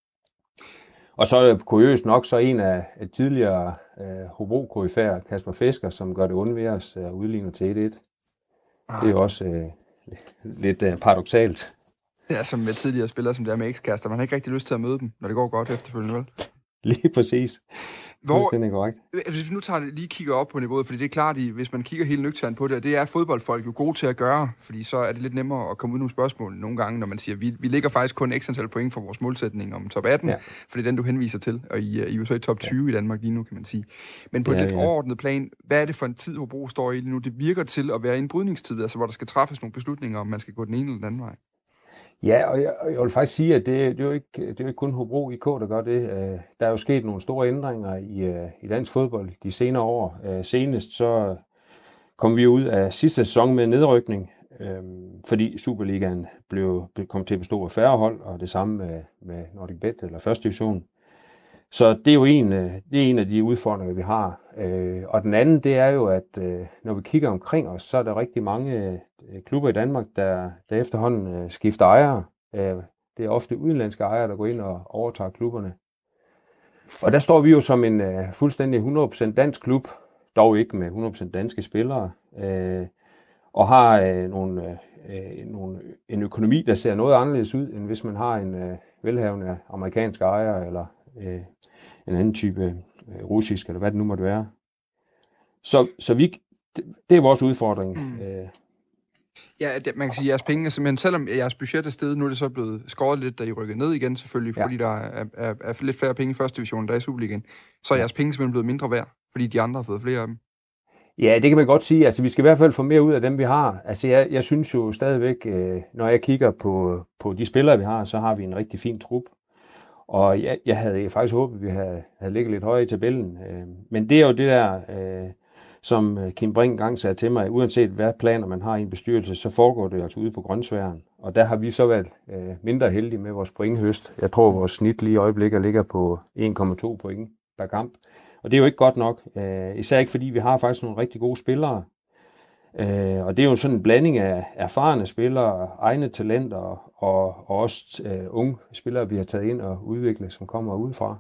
Og så kuriøst nok, så en af tidligere Hobro-koryfærer, Kasper Fisker, som gør det ondt ved os, udligner til 1-1. Det er jo også lidt paradoksalt.
Det er som med tidligere spillere, som det er med ekskærester. Man har ikke rigtig lyst til at møde dem, når det går godt efterfølgende, vel?
Lige præcis. Det er korrekt.
Hvis vi nu kigger op på niveauet, fordi det er klart, hvis man kigger helt nøgternt på det, og det er fodboldfolk jo gode til at gøre, fordi så er det lidt nemmere at komme ud nogle spørgsmål nogle gange, når man siger, vi ligger faktisk kun x antal point for vores målsætning om top 18, for det er den, du henviser til, og I er jo så i top 20 i Danmark lige nu, kan man sige. Men på et lidt overordnet plan, hvad er det for en tid, Hobro står i lige nu? Det virker til at være en brydningstid, altså hvor der skal træffes nogle beslutninger, om man skal gå den ene eller den anden vej.
Ja, og jeg vil faktisk sige, at det er jo ikke kun Hobro IK, der gør det. Der er jo sket nogle store ændringer i dansk fodbold de senere år. Senest så kom vi ud af sidste sæson med nedrykning, fordi Superligaen kom til at bestå af færre hold, og det samme med Nordic Bet eller første division. Så det er jo en af de udfordringer, vi har. Og den anden, det er jo, at når vi kigger omkring os, så er der rigtig mange klubber i Danmark, der efterhånden skifter ejere. Det er ofte udenlandske ejere, der går ind og overtager klubberne. Og der står vi jo som en fuldstændig 100% dansk klub, dog ikke med 100% danske spillere, og har en økonomi, der ser noget anderledes ud, end hvis man har en velhavende amerikansk ejer, eller en anden type russisk, eller hvad det nu måtte være. Så det er vores udfordring.
Ja, man kan sige, at jeres penge er simpelthen, selvom jeres budget er steget, nu er det så blevet skåret lidt, da I rykker ned igen selvfølgelig, fordi der er lidt færre penge i første division, der er i Superligaen. Så er jeres penge simpelthen blevet mindre værd, fordi de andre har fået flere af dem.
Ja, det kan man godt sige. Altså, vi skal i hvert fald få mere ud af dem, vi har. Altså, jeg synes jo stadigvæk, når jeg kigger på de spillere, vi har, så har vi en rigtig fin trup. Og jeg havde faktisk håbet, at vi havde ligget lidt højere i tabellen. Men det er jo det der, som Kim Brink engang sagde til mig, uanset hvad planer man har i en bestyrelse, så foregår det altså ude på grønsværen. Og der har vi så været mindre heldige med vores pointhøst. Jeg tror, vores snit lige i øjeblikket ligger på 1,2 point per kamp. Og det er jo ikke godt nok. Især ikke fordi vi har faktisk nogle rigtig gode spillere. Og det er jo sådan en blanding af erfarne spillere, egne talenter og også unge spillere, vi har taget ind og udviklet, som kommer udefra.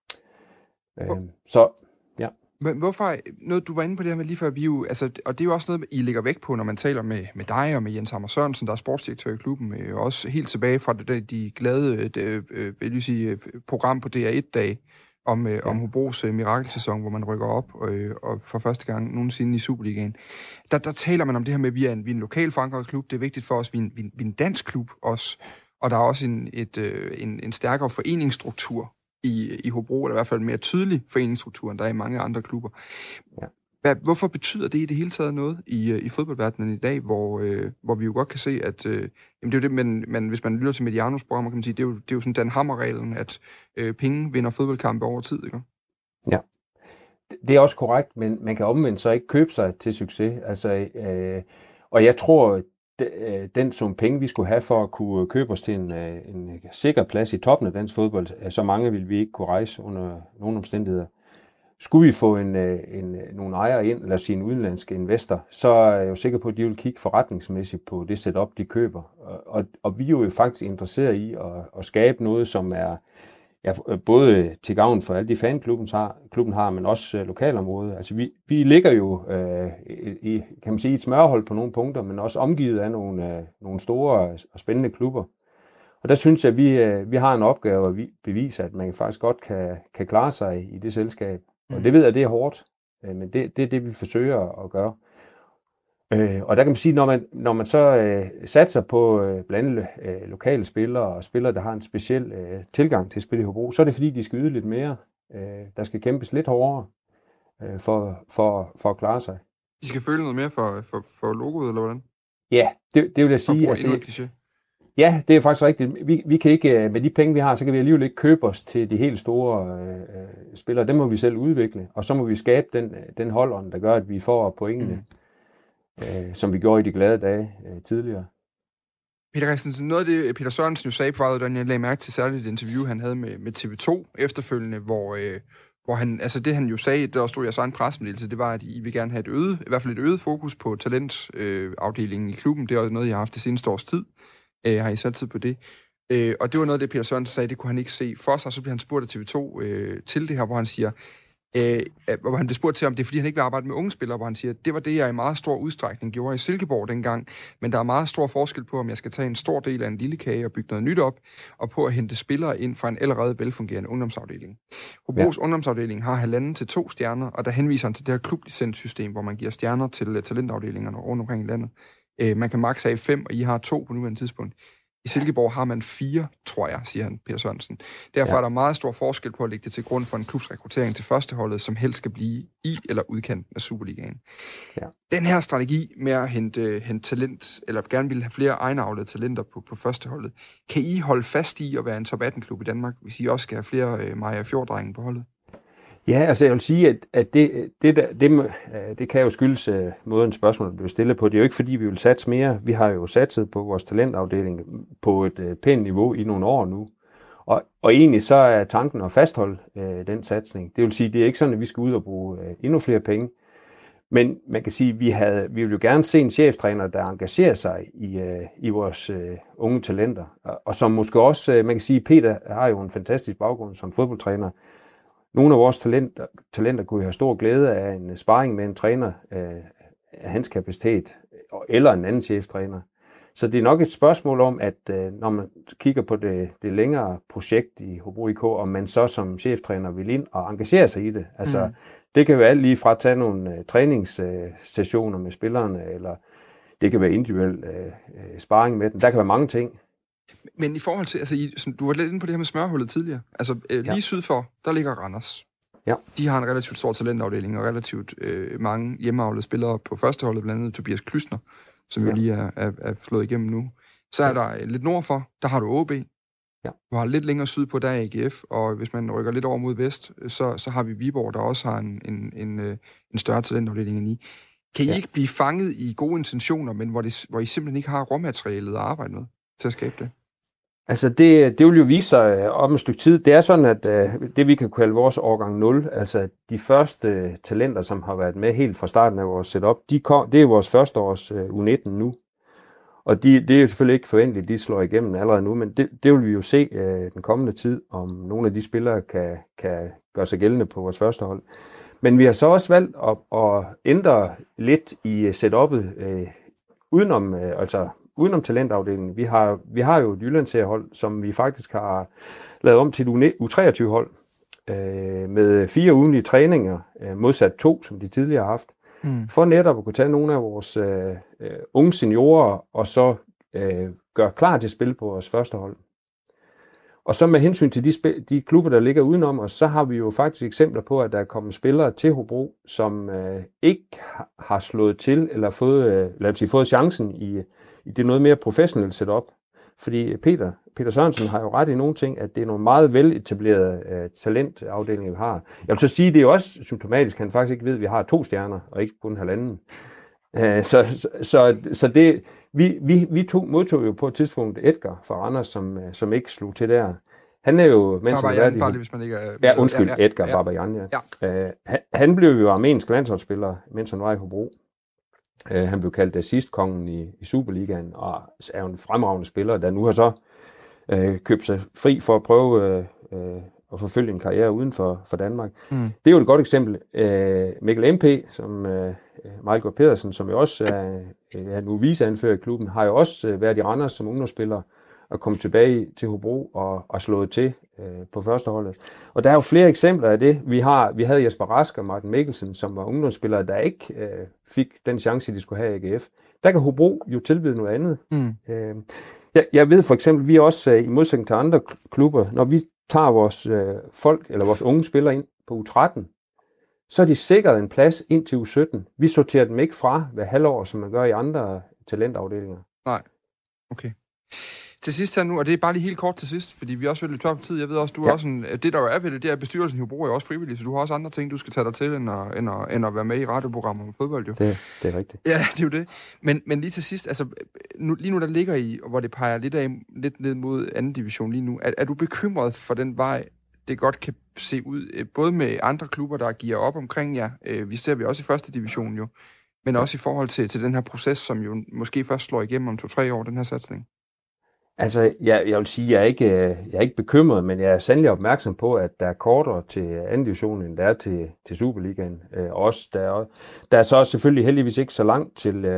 Så ja.
Men hvorfor, noget du var inde på det her med lige før, vi jo, altså, og det er jo også noget, I lægger vægt på, når man taler med dig og med Jens Hammer Sørensen, der er sportsdirektør i klubben, også helt tilbage fra de glade vil jeg sige, program på DR1-dag, om Hobros mirakelsæson, hvor man rykker op og for første gang nogensinde i Superligaen. Der taler man om det her med, at vi er en lokal forankret klub. Det er vigtigt for os, vi er en dansk klub også. Og der er også en stærkere foreningsstruktur i Hobro, eller i hvert fald en mere tydelig foreningsstruktur, end der er i mange andre klubber. Ja. Hvorfor betyder det i det hele taget noget i fodboldverdenen i dag, hvor vi jo godt kan se, at jamen det er jo det, men hvis man lytter til Medianos programmer, kan man sige, det er jo sådan den hammerreglen, at penge vinder fodboldkampe over tid, ikke?
Ja, det er også korrekt, men man kan omvendt så ikke købe sig til succes. Altså, og jeg tror, den sum penge, vi skulle have for at kunne købe os til en sikker plads i toppen af dansk fodbold, så mange vil vi ikke kunne rejse under nogen omstændigheder. Skulle vi få nogle ejere ind, eller sige en udenlandsk investor, så er jeg jo sikker på, at de vil kigge forretningsmæssigt på det setup, de køber. Og vi er jo faktisk interesseret i at skabe noget, som er både til gavn for alle de klubben har, men også lokalområdet. Altså vi ligger jo kan man sige, et smørhold på nogle punkter, men også omgivet af nogle store og spændende klubber. Og der synes jeg, at vi har en opgave at bevise, at man faktisk godt kan klare sig i det selskab. Og det ved jeg, det er hårdt, men det er det, vi forsøger at gøre. Og der kan man sige, når man så satser på blandt andet lokale spillere og spillere, der har en speciel tilgang til at spille i Hobro, så er det fordi, de skal yde lidt mere. Der skal kæmpes lidt hårdere for at klare sig.
De skal føle noget mere for logoet, eller hvordan?
Ja, det vil jeg sige. Altså, ja, det er faktisk rigtigt. Vi kan ikke, med de penge, vi har, så kan vi alligevel ikke købe os til de helt store spillere. Dem må vi selv udvikle, og så må vi skabe den holdånd, der gør, at vi får pointene, som vi gjorde i de glade dage tidligere.
Peter Christensen, noget af det, Peter Sørensen jo sagde på vej, jeg lagde mærke til særligt et interview, han havde med TV2 efterfølgende, hvor han, altså det han jo sagde, der stod i jeres egen pressemeddelelse, det var, at I vil gerne have i hvert fald et øget fokus på talentafdelingen i klubben. Det er også noget, jeg har haft det seneste års tid. Har I sat tid på det? Og det var noget af det, Peter Sørensen sagde, det kunne han ikke se for sig. Så bliver han spurgt af TV2 til det her, hvor han siger, hvor han blev spurgt til, om det er, fordi han ikke vil arbejde med unge spillere, hvor han siger, det var det, jeg i meget stor udstrækning gjorde i Silkeborg dengang, men der er meget stor forskel på, om jeg skal tage en stor del af en lille kage og bygge noget nyt op, og på at hente spillere ind fra en allerede velfungerende ungdomsafdeling. Hobros ungdomsafdeling har 1,5 til 2 stjerner, og der henviser han til det her klublicenssystem, hvor man giver stjerner til talentafdelingerne rundt omkring i landet. Man kan maks have 5, og I har 2 på nuværende tidspunkt. I Silkeborg har man 4, tror jeg, siger han, Peter Sørensen. Derfor er der meget stor forskel på at lægge det til grund for en klubs rekruttering til førsteholdet, som helst skal blive i eller udkanten af Superligaen. Ja. Den her strategi med at hente talent, eller gerne vil have flere egenavlede talenter på førsteholdet, kan I holde fast i at være en top 18-klub i Danmark, hvis I også skal have flere Maja Fjorddrenge på holdet?
Ja, altså jeg vil sige, at det kan jo skyldes måden spørgsmålet blev stillet på. Det er jo ikke fordi, vi vil satse mere. Vi har jo satset på vores talentafdeling på et pænt niveau i nogle år nu. Og egentlig så er tanken at fastholde den satsning. Det vil sige, det er ikke sådan, at vi skal ud og bruge endnu flere penge. Men man kan sige, at vi vil jo gerne se en cheftræner, der engagerer sig i vores unge talenter. Og som måske også, man kan sige, Peter har jo en fantastisk baggrund som fodboldtræner. Nogle af vores talenter kunne have stor glæde af en sparring med en træner af hans kapacitet, eller en anden cheftræner. Så det er nok et spørgsmål om, at når man kigger på det længere projekt i Hobro IK, om man så som cheftræner vil ind og engagere sig i det. Altså, det kan være alt lige fra at tage nogle træningssessioner med spillerne, eller det kan være individuel sparring med dem. Der kan være mange ting.
Men i forhold til, altså du var lidt inde på det her med smørhullet tidligere. Altså lige syd for, der ligger Randers.
Ja.
De har en relativt stor talentafdeling og relativt mange hjemmeavlede spillere på førsteholdet, blandt andet Tobias Klysner, som jo lige er slået igennem nu. Så er der lidt nordfor, der har du OB.
Ja.
Du har lidt længere sydpå, der er AGF, og hvis man rykker lidt over mod vest, så har vi Viborg, der også har en større talentafdeling end I. Kan I ikke blive fanget i gode intentioner, men hvor I simpelthen ikke har råmaterialet at arbejde med til at skabe det?
Altså det vil jo vise sig om et stykke tid. Det er sådan, at det vi kan kalde vores årgang 0, altså de første talenter, som har været med helt fra starten af vores setup, det er vores første års U19 nu. Og det er jo selvfølgelig ikke forventeligt, at de slår igennem allerede nu, men det vil vi jo se den kommende tid, om nogle af de spillere kan gøre sig gældende på vores første hold. Men vi har så også valgt at ændre lidt i setup'et udenom talentafdelingen. Vi har jo et Jyllandsseriehold, som vi faktisk har lavet om til et U23-hold med 4 ugentlige træninger, modsat 2, som de tidligere har haft. For netop at kunne tage nogle af vores unge seniorer, og så gøre klar til spil på vores første hold. Og så med hensyn til de klubber, der ligger udenom os, så har vi jo faktisk eksempler på, at der er kommet spillere til Hobro, som ikke har slået til, eller fået chancen i det noget mere professionelle setup. Fordi Peter Sørensen har jo ret i nogle ting, at det er nogle meget veletablerede talentafdelinger, vi har. Jeg vil så sige, at det er jo også symptomatisk, at han faktisk ikke ved, at vi har 2 stjerner, og ikke kun 1,5. Så det, vi modtog jo på et tidspunkt Edgar fra Randers, som ikke slog til der. Han er jo...
Babajan, hvis man ikke er...
Ja, undskyld, Edgar Babajan, ja. Han blev jo armensk landsholdsspiller, mens han var i Hobro. Han blev kaldt assistkongen i Superligaen, og er jo en fremragende spiller, der nu har så købt sig fri for at prøve at forfølge en karriere uden for Danmark. Det er jo et godt eksempel. Mikkel MP, som Michael Pedersen, som jo også er nu viceanfører i klubben, har jo også været i Randers som ungdomsspiller og kommet tilbage til Hobro og slået til på førsteholdet. Og der er jo flere eksempler af det. Vi havde Jesper Rask og Martin Mikkelsen, som var ungdomsspillere, der ikke fik den chance, de skulle have i AGF. Der kan Hobro jo tilbyde noget andet. Jeg ved for eksempel, vi er også i modsætning til andre klubber, når vi tager vores folk eller vores unge spillere ind på U13, så er de sikret en plads ind til U17. Vi sorterer dem ikke fra hver halvår, som man gør i andre talentafdelinger.
Nej, okay. Til sidst her nu, og det er bare lige helt kort til sidst, fordi vi også vil løbe tør for tid. Jeg ved også, du er også det der jo er ved det, er bestyrelsen i Hobro er også frivillig, så du har også andre ting, du skal tage dig til, end at være med i radioprogrammer om fodbold, jo.
Det er rigtigt.
Ja, det er jo det. Men lige til sidst, altså lige nu der ligger I, hvor det peger lidt ned mod anden division lige nu, er du bekymret for den vej, det godt kan se ud, både med andre klubber, der giver op omkring jer, vi ser vi også i første division jo, men også i forhold til den her proces, som jo måske først slår igennem om 2-3 år, den her satsning?
Altså, jeg vil sige, at jeg er ikke bekymret, men jeg er sandelig opmærksom på, at der er kortere til anden division, end der er til Superligaen. Også der er så selvfølgelig heldigvis ikke så langt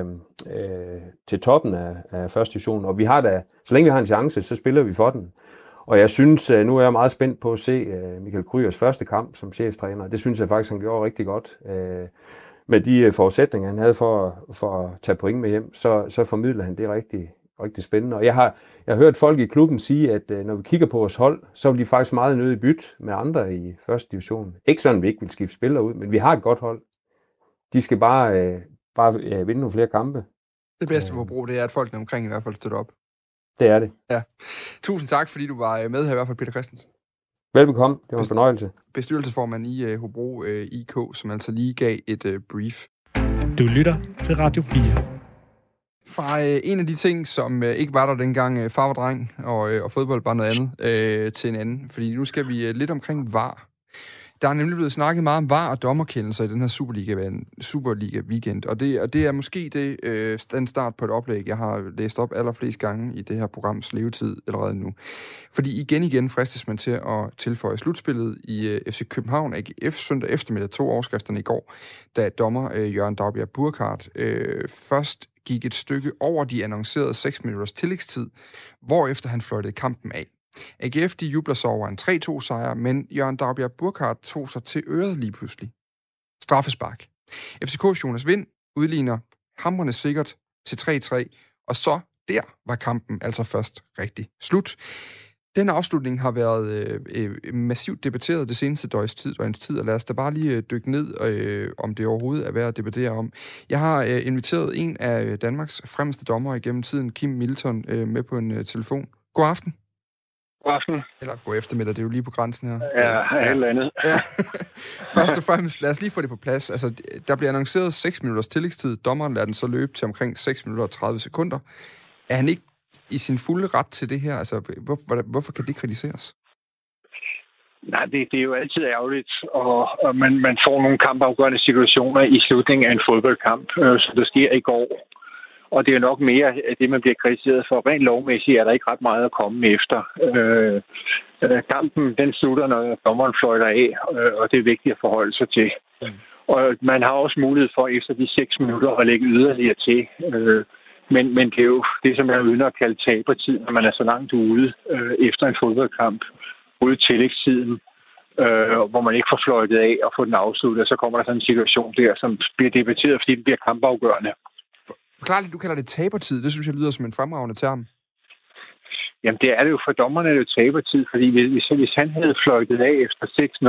til toppen af første division, og vi har da, så længe vi har en chance, så spiller vi for den. Og jeg synes, nu er jeg meget spændt på at se Michael Kryers første kamp som cheftræner. Det synes jeg faktisk, han gjorde rigtig godt. Med de forudsætninger, han havde for at tage point med hjem, så formidler han det rigtig spændende. Og jeg har hørt folk i klubben sige, at når vi kigger på vores hold, så vil de faktisk meget nødig bytte med andre i første division. Ikke sådan, at vi ikke vil skifte spillere ud, men vi har et godt hold. De skal bare vinde nogle flere kampe.
Det bedste for Hobro, det er, at folkene omkring i hvert fald støtter op.
Det er det.
Ja. Tusind tak, fordi du var med her i hvert fald, Peter Christensen.
Velbekomme. Det var en fornøjelse.
Bestyrelsesformand i Hobro IK, som altså lige gav et brief.
Du lytter til Radio 4.
Fra en af de ting, som ikke var der dengang far var dreng, og fodbold var noget andet, til en anden. Fordi nu skal vi lidt omkring VAR. Der er nemlig blevet snakket meget om VAR og dommerkendelser i den her Superliga-weekend. Og det er måske den start på et oplæg, jeg har læst op allerflest gange i det her programs levetid allerede nu. Fordi igen fristes man til at tilføje slutspillet i FC København AGF søndag eftermiddag, 2 overskrifterne i går, da dommer Jørgen Daugbjerg Burkhardt først gik et stykke over de annoncerede 6 minutters tillægstid, hvorefter han fløjtede kampen af. AGF de jubler så over en 3-2-sejr, men Jørgen Daugbjerg Burkhardt tog sig til øret lige pludselig. Straffespark. FCK's Jonas Vind udligner hamrende sikkert til 3-3, og så der var kampen altså først rigtig slut. Den afslutning har været massivt debatteret det seneste døgns tid, og lad os da bare lige dykke ned, om det overhovedet er værd at debattere om. Jeg har inviteret en af Danmarks fremmeste dommere igennem tiden, Kim Milton, med på en telefon. God aften.
God aften.
Eller god eftermiddag, det er jo lige på grænsen her.
Ja, alt andet.
Ja. Først og fremmest, lad os lige få det på plads. Altså, der bliver annonceret 6 minutters tillægstid. Dommeren lader den så løbe til omkring 6 minutter og 30 sekunder. Er han ikke i sin fulde ret til det her? Altså, hvorfor kan det kritiseres?
Nej, det er jo altid ærgerligt, og man får nogle kampafgørende situationer i slutningen af en fodboldkamp, som der sker i går. Og det er nok mere det, man bliver kritiseret for. Rent lovmæssigt er der ikke ret meget at komme efter. Kampen, den slutter, når dommeren fløjter af, og det er vigtigt at forholde sig til. Og man har også mulighed for efter de 6 minutter at lægge yderligere til. Men det er jo det, som jeg ynder at kalde tabertid, når man er så langt ude efter en fodboldkamp, ude i tillægstiden, hvor man ikke får fløjtet af og får den afsluttet. Så kommer der sådan en situation der, som bliver debatteret, fordi det bliver kampafgørende.
Forklar lidt, du kalder det tabertid. Det synes jeg lyder som en fremragende term.
Jamen, det er det jo for dommerne, er det jo tabertid, fordi hvis han havde fløjtet af efter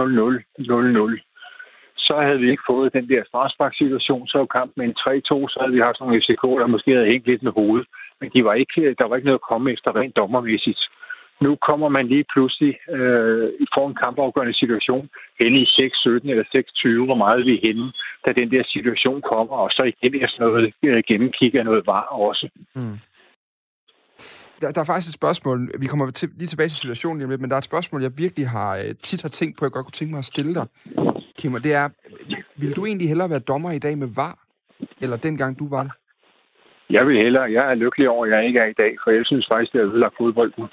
6-0-0, så havde vi ikke fået den der strafsparksituation, så kamp med en 3-2, så havde vi haft nogle FCK, der måske havde hængt lidt med hovedet. Men der var ikke noget at komme efter rent dommermæssigt. Nu kommer man lige pludselig får en kampafgørende situation henne i 6-17 eller 6-20, hvor meget vi er henne, da den der situation kommer, og så igen er sådan noget gennemkig af noget VAR også.
Mm. Der er faktisk et spørgsmål, vi kommer lige tilbage til situationen, men der er et spørgsmål, jeg virkelig tit har tænkt på, jeg godt kunne tænke mig at stille dig, Kim, og det er, vil du egentlig hellere være dommer i dag med VAR, eller dengang du var det?
Jeg er lykkelig over, at jeg ikke er i dag, for jeg synes faktisk, det har ødelagt fodbolden.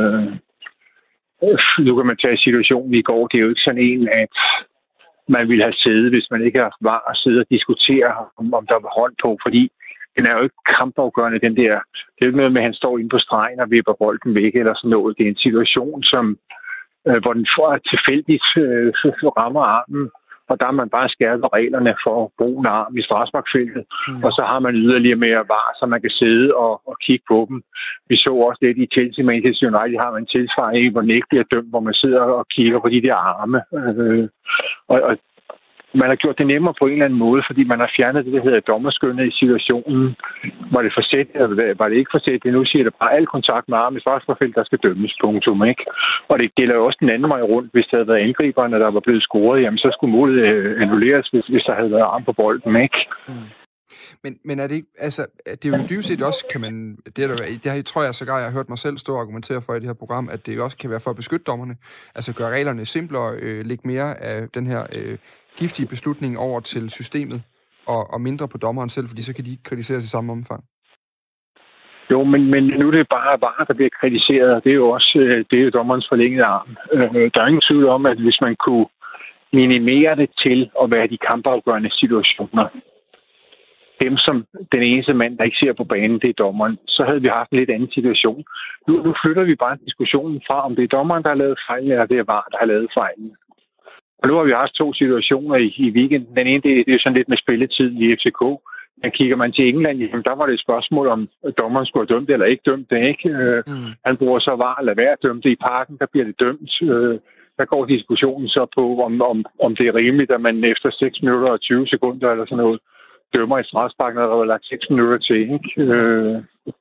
Nu kan man tage situationen i går. Det er jo ikke sådan en, at man ville have siddet, hvis man ikke har haft VAR, og sidde og diskutere, om der var hånd på, fordi den er jo ikke kampafgørende, den der. Det er jo ikke noget med, at han står inde på stregen og vipper bolden væk eller sådan noget. Det er en situation, hvor den får tilfældigt rammer armen, og der har man bare skærpet reglerne for brugen af arm i strafsparkfeltet, og så har man yderligere mere VAR, så man kan sidde og kigge på dem. Vi så også lidt i Chelsea Manchester United, har man tilsvarende, hvor den ikke bliver dømt, hvor man sidder og kigger på de der arme. Og man har gjort det nemmere på en eller anden måde, fordi man har fjernet det, der hedder dommerskønnet i situationen. Var det forsætligt, eller var det ikke forsætligt? Nu siger det bare, al kontakt med arm i strafsparkfeltet, der skal dømmes, punktum, ikke? Og det gælder jo også den anden vej rundt. Hvis der havde været angriberne, der var blevet scoret, jamen så skulle målet annulleres, hvis der havde været arm på bolden, ikke?
Men er det ikke, altså, det er jo dybest set også, kan man, det tror jeg sågar, jeg har hørt mig selv stå og argumentere for i det her program, at det også kan være for at beskytte dommerne, altså gøre reglerne simplere, lægge mere af den her giftige beslutning over til systemet, og mindre på dommeren selv, fordi så kan de ikke kritiseres i samme omfang.
Jo, men nu er det bare der bliver kritiseret, og det er jo også det er jo dommerens forlængede arm. Der er ingen tvivl om, at hvis man kunne minimere det til at være de kampafgørende situationer, dem som den eneste mand, der ikke ser på banen, det er dommeren, så havde vi haft en lidt anden situation. Nu flytter vi bare diskussionen fra, om det er dommeren, der har lavet fejlen, eller det er VAR, der har lavet fejlen. Og nu har vi haft 2 situationer i weekenden. Den ene, det er jo sådan lidt med spilletid i FCK. Men kigger man til England, jamen, der var det et spørgsmål, om dommeren skulle have dømt det eller ikke dømt det, ikke? Han bruger så VAR eller være dømt det i parken, der bliver det dømt. Der går diskussionen så på, om det er rimeligt, at man efter 6 minutter og 20 sekunder eller sådan noget, dømmer i strafspark, når der var lagt 6 minutter til, ikke?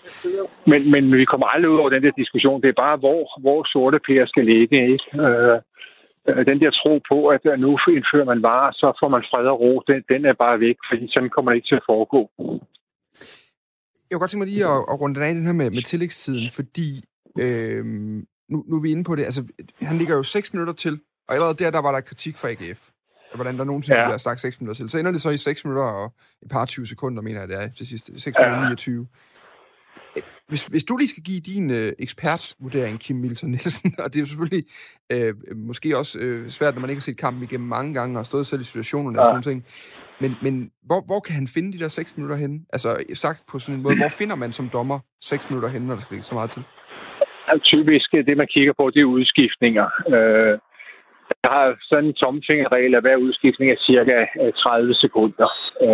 Men vi kommer aldrig ud over den der diskussion. Det er bare, hvor sorte pærer skal ligge, ikke? Den der tro på, at nu indfører man varer, så får man fred og ro, den er bare væk, fordi sådan kommer det ikke til at foregå.
Jeg kunne godt tænke mig lige at runde den af den her med tillægstiden, fordi nu er vi inde på det. Altså, han ligger jo 6 minutter til, og allerede der var der kritik fra AGF. Hvordan der nogensinde bliver sagt 6 minutter til. Så ender det så i 6 minutter og et par 20 sekunder, mener jeg, det er til sidst. 6 minutter 29. Hvis du lige skal give din ekspertvurdering, Kim Milton Nielsen, og det er jo selvfølgelig måske også svært, når man ikke har set kampen igennem mange gange og stået selv i situationerne og sådan nogle ting. Men hvor kan han finde de der 6 minutter henne? Altså sagt på sådan en måde, hvor finder man som dommer 6 minutter henne, når der skal ligge så meget til?
Typisk det, man kigger på, det er udskiftninger. Der har sådan en tommelfingerregel, at hver udskiftning er cirka 30 sekunder.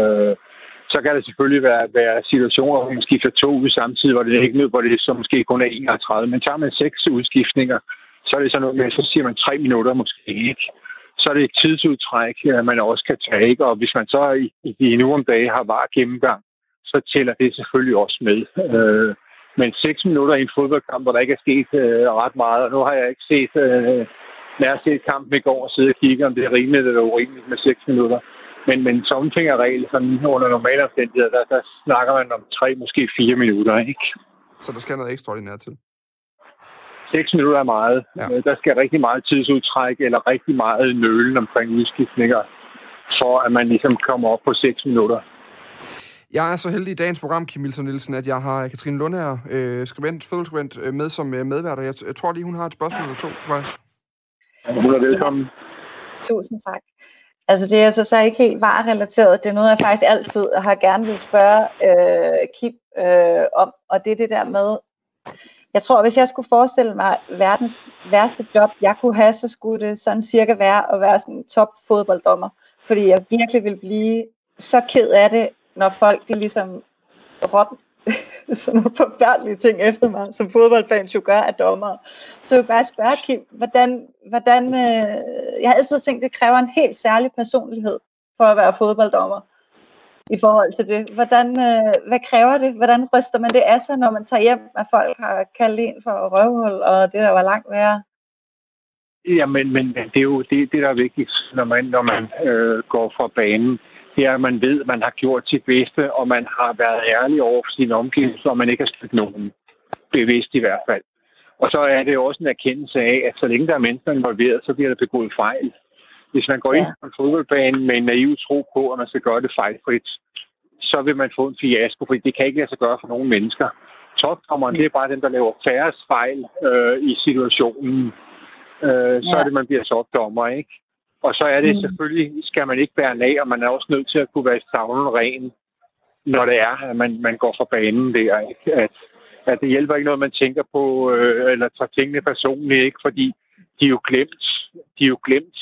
Så kan der selvfølgelig være situationer, hvor man skifter 2 ud samtidig, hvor det så måske kun er 31. Men tager man 6 udskiftninger, så er det sådan noget med, så siger man 3 minutter måske ikke. Så er det et tidsudtræk, man også kan tage, ikke? Og hvis man så i nu om dagen har var gennemgang, så tæller det selvfølgelig også med. Men 6 minutter i en fodboldkamp, hvor der ikke er sket ret meget, og nu har jeg ikke set... Når jeg set kampen i går og sidde og kigge, om det er rimeligt eller urimeligt med 6 minutter. Men tommelfingerregel, sådan under normale omstændigheder, der snakker man om 3, måske 4 minutter, ikke?
Så der skal noget ekstraordinært til?
6 minutter er meget. Ja. Der skal rigtig meget tidsudtræk eller rigtig meget nølen omkring udskiftninger, for at man ligesom kommer op på 6 minutter.
Jeg er så heldig i dagens program, Kim Milton Nielsen, at jeg har Katrine Lundager, fodboldskribent, med som medvært. Jeg tror lige, hun har et spørgsmål eller 2, faktisk.
Hun er velkommen.
Tusind tak. Altså det er så ikke helt varerelateret. Det er noget, jeg faktisk altid har gerne vil spørge Kim om, og det er det der med, jeg tror, hvis jeg skulle forestille mig verdens værste job, jeg kunne have, så skulle det sådan cirka være at være sådan en top fodbolddommer, fordi jeg virkelig vil blive så ked af det, når folk de ligesom råber sådan nogle forfærdelige ting efter mig, som fodboldfans jo gør af dommere. Så jeg vil bare spørge Kim, hvordan jeg har altid tænkt, det kræver en helt særlig personlighed for at være fodbolddommer i forhold til det. Hvad kræver det? Hvordan ryster man det af sig, når man tager hjem, at folk har kaldt en for røvhul, og det der var langt værre?
Ja, men det er jo det, der er vigtigt, når man går fra banen. Det er, at man ved, at man har gjort sit bedste, og man har været ærlig over for sine omgivelser, og man ikke har slet nogen. Bevidst i hvert fald. Og så er det jo også en erkendelse af, at så længe der er mennesker involveret, så bliver der begået fejl. Hvis man går ind på en fodboldbane med en naiv tro på, at man skal gøre det fejlfrit, så vil man få en fiasko, fordi det kan ikke lade sig gøre for nogle mennesker. Topdommeren, det er bare den, der laver færrest fejl i situationen. Så er det, man bliver topdommer, ikke? Og så er det selvfølgelig, skal man ikke bære af, og man er også nødt til at kunne være savlen ren, når det er, at man går fra banen der. Ikke? At det hjælper ikke noget, man tænker på, eller tager tingene personligt, ikke? Fordi de er jo glemt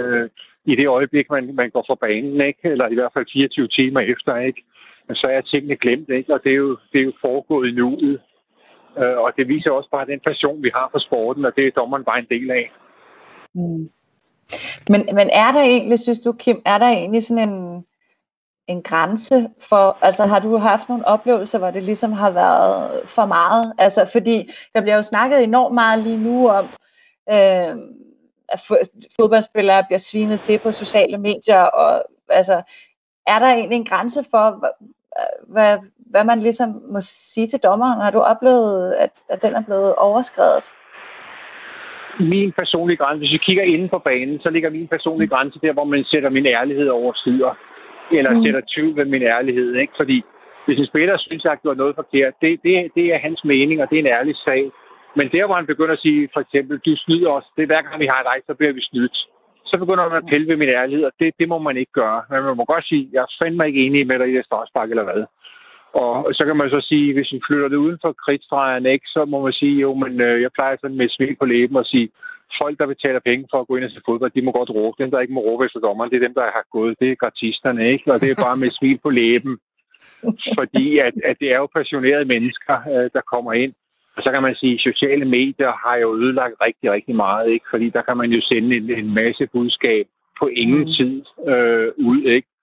i det øjeblik, man går fra banen, ikke? Eller i hvert fald 24 timer efter, ikke? Men så er tingene glemt, ikke? Og det er jo foregået i nuet. Og det viser også bare den passion, vi har for sporten, og det er dommeren bare en del af.
Mm. Men er der egentlig, synes du, Kim, er der egentlig sådan en grænse for, altså har du haft nogle oplevelser, hvor det ligesom har været for meget? Altså fordi der bliver jo snakket enormt meget lige nu om, at fodboldspillere bliver svinet til på sociale medier, og altså er der egentlig en grænse for, hvad man ligesom må sige til dommeren? Har du oplevet, at den er blevet overskredet?
Min personlige grænse, hvis vi kigger inde på banen, så ligger min personlige grænse der, hvor man sætter min ærlighed over styr. Eller sætter tvivl ved min ærlighed, ikke? Fordi hvis en spiller synes, at jeg har gjort noget forkert, det er hans mening, og det er en ærlig sag. Men der, hvor han begynder at sige, for eksempel, du snyder os, det er hver gang vi har dig, så bliver vi snydt. Så begynder man at pille ved min ærlighed, og det må man ikke gøre. Men man må godt sige, jeg er fandme ikke enig med dig i det straffespark eller hvad. Og så kan man så sige, hvis vi flytter det uden for kridtstregerne, ikke, så må man sige, jo, men jeg plejer sådan med et smil på læben og sige, folk, der betaler penge for at gå ind og se fodbold, de må godt råbe. Dem, der ikke må råbe efter dommeren, det er dem, der har gået. Det er gratisterne, ikke? Og det er bare med et smil på læben. Fordi at det er jo passionerede mennesker, der kommer ind. Og så kan man sige, at sociale medier har jo ødelagt rigtig, rigtig meget, ikke? Fordi der kan man jo sende en masse budskab på ingen tid ud, ikke?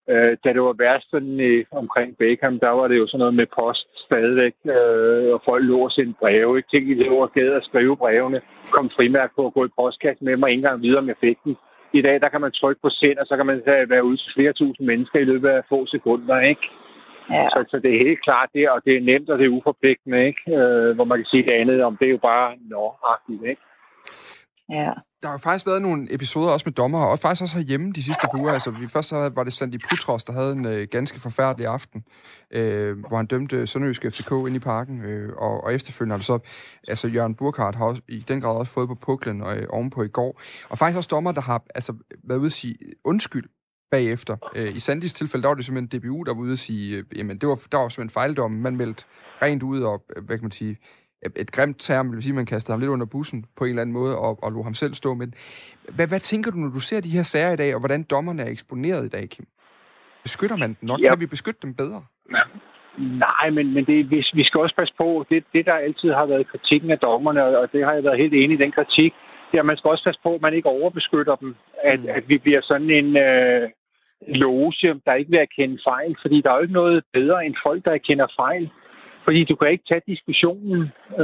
Da det var værst sådan, omkring Beckham, der var det jo sådan noget med post stadigvæk, og folk lå og sendte breve. Ikke? Tænk, I lå og gad at skrive brevene, kom frimærk på at gå i postkassen med mig, ikke engang videre med effekten. I dag, der kan man trykke på send, og så kan man være ude til flere tusind mennesker i løbet af få sekunder, ikke? Ja. Så det er helt klart det, og det er nemt, og det er uforpligtende, ikke? Hvor man kan sige det andet om, det er jo bare nå-agtigt, ikke?
Ja.
Der har jo faktisk været nogle episoder også med dommere, og faktisk også herhjemme de sidste par uger. Altså, først var det Sandy Putros, der havde en ganske forfærdelig aften, hvor han dømte Sønderjysk FCK ind i parken, og efterfølgende har det så, altså Jørgen Burkhardt har også, i den grad også fået på puklen og ovenpå i går. Og faktisk også dommer, der har altså, været ude at sige undskyld bagefter. I Sandys tilfælde, der var det simpelthen DBU, der var ude at sige, jamen der var simpelthen fejldom, man meldte rent ud, og hvad kan man sige, et grimt term, det vil sige, man kastede ham lidt under bussen på en eller anden måde, og lod ham selv stå med den. Hvad tænker du, når du ser de her sager i dag, og hvordan dommerne er eksponeret i dag, Kim? Beskytter man dem nok? Ja. Kan vi beskytte dem bedre?
Nej, men det, vi skal også passe på, det der altid har været kritikken af dommerne, og det har jeg været helt enig i, den kritik, det er, man skal også passe på, at man ikke overbeskytter dem, at vi bliver sådan en loge, der ikke vil erkende fejl, fordi der er jo ikke noget bedre end folk, der erkender fejl. Fordi du kan ikke tage diskussionen.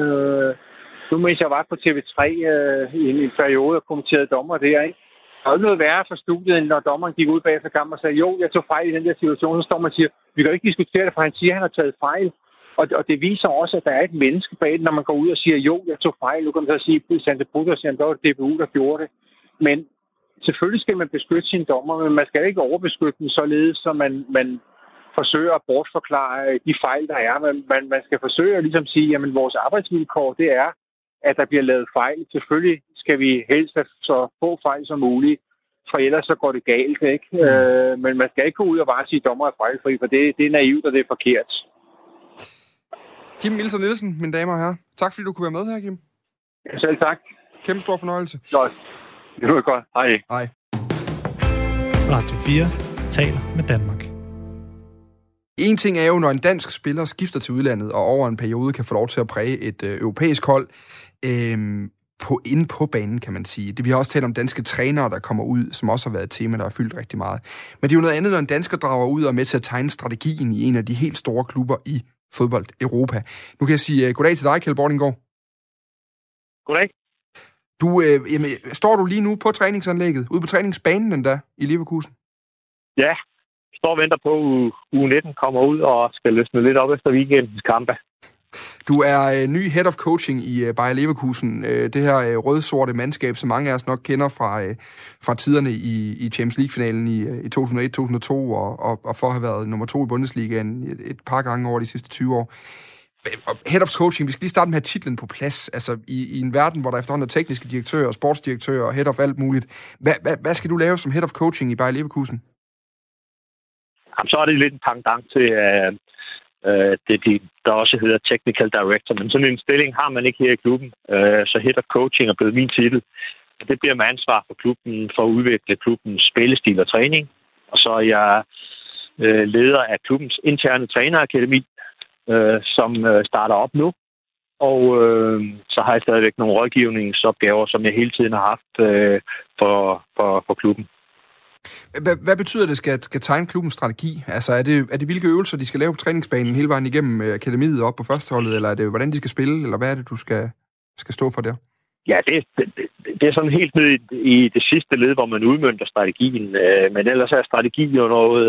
Nu mens jeg var på TV3 i en periode og kommenterede dommer der, ikke? Der er jo ikke noget værre for studiet, end når dommeren gik ud bagefter kampen og sagde, jo, jeg tog fejl i den der situation. Så står man og siger, vi kan jo ikke diskutere det, for han siger, at han har taget fejl. Og det viser også, at der er et menneske bag det, når man går ud og siger, jo, jeg tog fejl. Nu kan man så sige, at Sandy Putros siger, at der var det DBU, der gjorde det. Men selvfølgelig skal man beskytte sine dommer, men man skal ikke overbeskytte dem således, så man forsøger at bortforklare de fejl, der er. Man skal forsøge at ligesom sige, at vores arbejdsvilkår, det er, at der bliver lavet fejl. Selvfølgelig skal vi helst have så få fejl som muligt, for ellers så går det galt, ikke? Men man skal ikke gå ud og bare sige, at dommer er fejlfri, for det er naivt, og det er forkert.
Kim Milser Nielsen, mine damer og herrer. Tak fordi du kunne være med her, Kim.
Ja, selv tak.
Kæmpe stor fornøjelse.
Godt. Det var godt. Hej.
Hej.
Radio 4 taler med Danmark.
En ting er jo, når en dansk spiller skifter til udlandet, og over en periode kan få lov til at præge et europæisk hold inde på banen, kan man sige. Vi har også talt om danske trænere, der kommer ud, som også har været et tema, der har fyldt rigtig meget. Men det er jo noget andet, når en dansker drager ud og er med til at tegne strategien i en af de helt store klubber i fodbold Europa. Nu kan jeg sige goddag til dig, Kjeld Bordinggaard.
Goddag.
Står du lige nu på træningsanlægget, ude på træningsbanen endda i Leverkusen?
Ja, står og venter på uge 19 kommer ud og skal løsne lidt op efter weekendens kampe.
Du er ny head of coaching i Bayer Leverkusen. Det her rød-sorte mandskab, som mange af os nok kender fra tiderne i Champions League-finalen i 2001-2002, og for at have været nummer 2 i Bundesligaen et par gange over de sidste 20 år. Head of coaching, vi skal lige starte med at have titlen på plads. Altså i en verden, hvor der efterhånden er tekniske direktører, sportsdirektører og head of alt muligt. Hvad skal du lave som head of coaching i Bayer Leverkusen?
Jamen, så er det lidt en pendant til det, der også hedder technical director, men sådan en stilling har man ikke her i klubben. Så head of coaching er blevet min titel. Det bliver med ansvar for klubben, for at udvikle klubbens spillestil og træning. Og så er jeg leder af klubbens interne trænerakademi, som starter op nu. Og så har jeg stadigvæk nogle rådgivningsopgaver, som jeg hele tiden har haft for klubben.
Hvad betyder det, skal tegne klubbens strategi? Altså er det hvilke øvelser, de skal lave på træningsbanen hele vejen igennem akademiet op på førsteholdet, eller er det, hvordan de skal spille, eller hvad er det, du skal stå for der?
Ja, det er sådan helt ned i det sidste led, hvor man udmønter strategien. Men ellers er strategi jo noget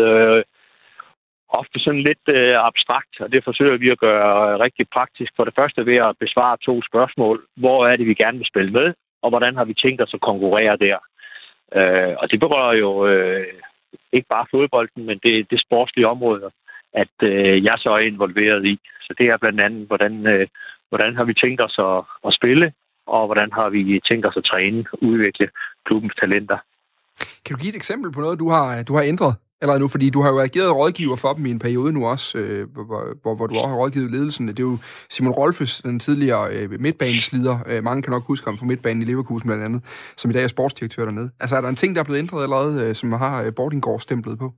ofte sådan lidt abstrakt, og det forsøger vi at gøre rigtig praktisk. For det første ved at besvare 2 spørgsmål. Hvor er det, vi gerne vil spille med, og hvordan har vi tænkt os at konkurrere der? Og det berører jo ikke bare fodbolden, men det sportslige område, at jeg så er involveret i. Så det er blandt andet, hvordan har vi tænkt os at spille, og hvordan har vi tænkt os at træne og udvikle klubbens talenter.
Kan du give et eksempel på noget, du har ændret? Eller nu, fordi du har jo ageret rådgiver for dem i en periode nu også, hvor du også har rådgivet ledelsen. Det er jo Simon Rolfes, den tidligere midtbaneslider. Mange kan nok huske ham fra midtbanen i Leverkusen blandt andet, som i dag er sportsdirektør dernede. Altså er der en ting, der er blevet ændret allerede, som har Bordinggaard-stemplet på?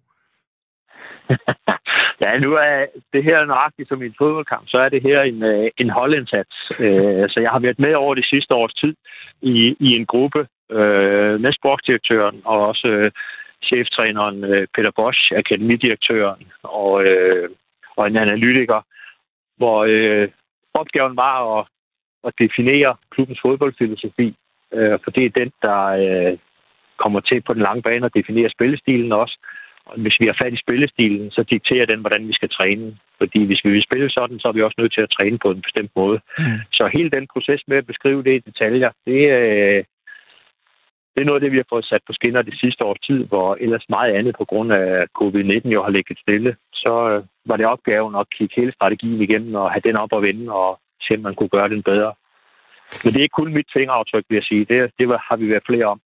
Ja, nu er det her nøjagtigt som i en fodboldkamp, så er det her en holdindsats. Så jeg har været med over de sidste års tid i en gruppe med sportsdirektøren og også cheftræneren Peter Bosch, akademidirektøren og en analytiker, hvor opgaven var at definere klubbens fodboldfilosofi, for det er den, der kommer til på den lange bane at definere spillestilen også. Og hvis vi har fat i spillestilen, så dikterer den, hvordan vi skal træne. Fordi hvis vi vil spille sådan, så er vi også nødt til at træne på en bestemt måde. Så hele den proces med at beskrive det i detaljer, det er noget af det, vi har fået sat på skinner det sidste års tid, hvor ellers meget andet på grund af COVID-19 jo har ligget stille. Så var det opgaven at kigge hele strategien igennem og have den op og vende og se, om man kunne gøre den bedre. Men det er ikke kun mit fingeraftryk, vil jeg sige. Det har vi været flere om.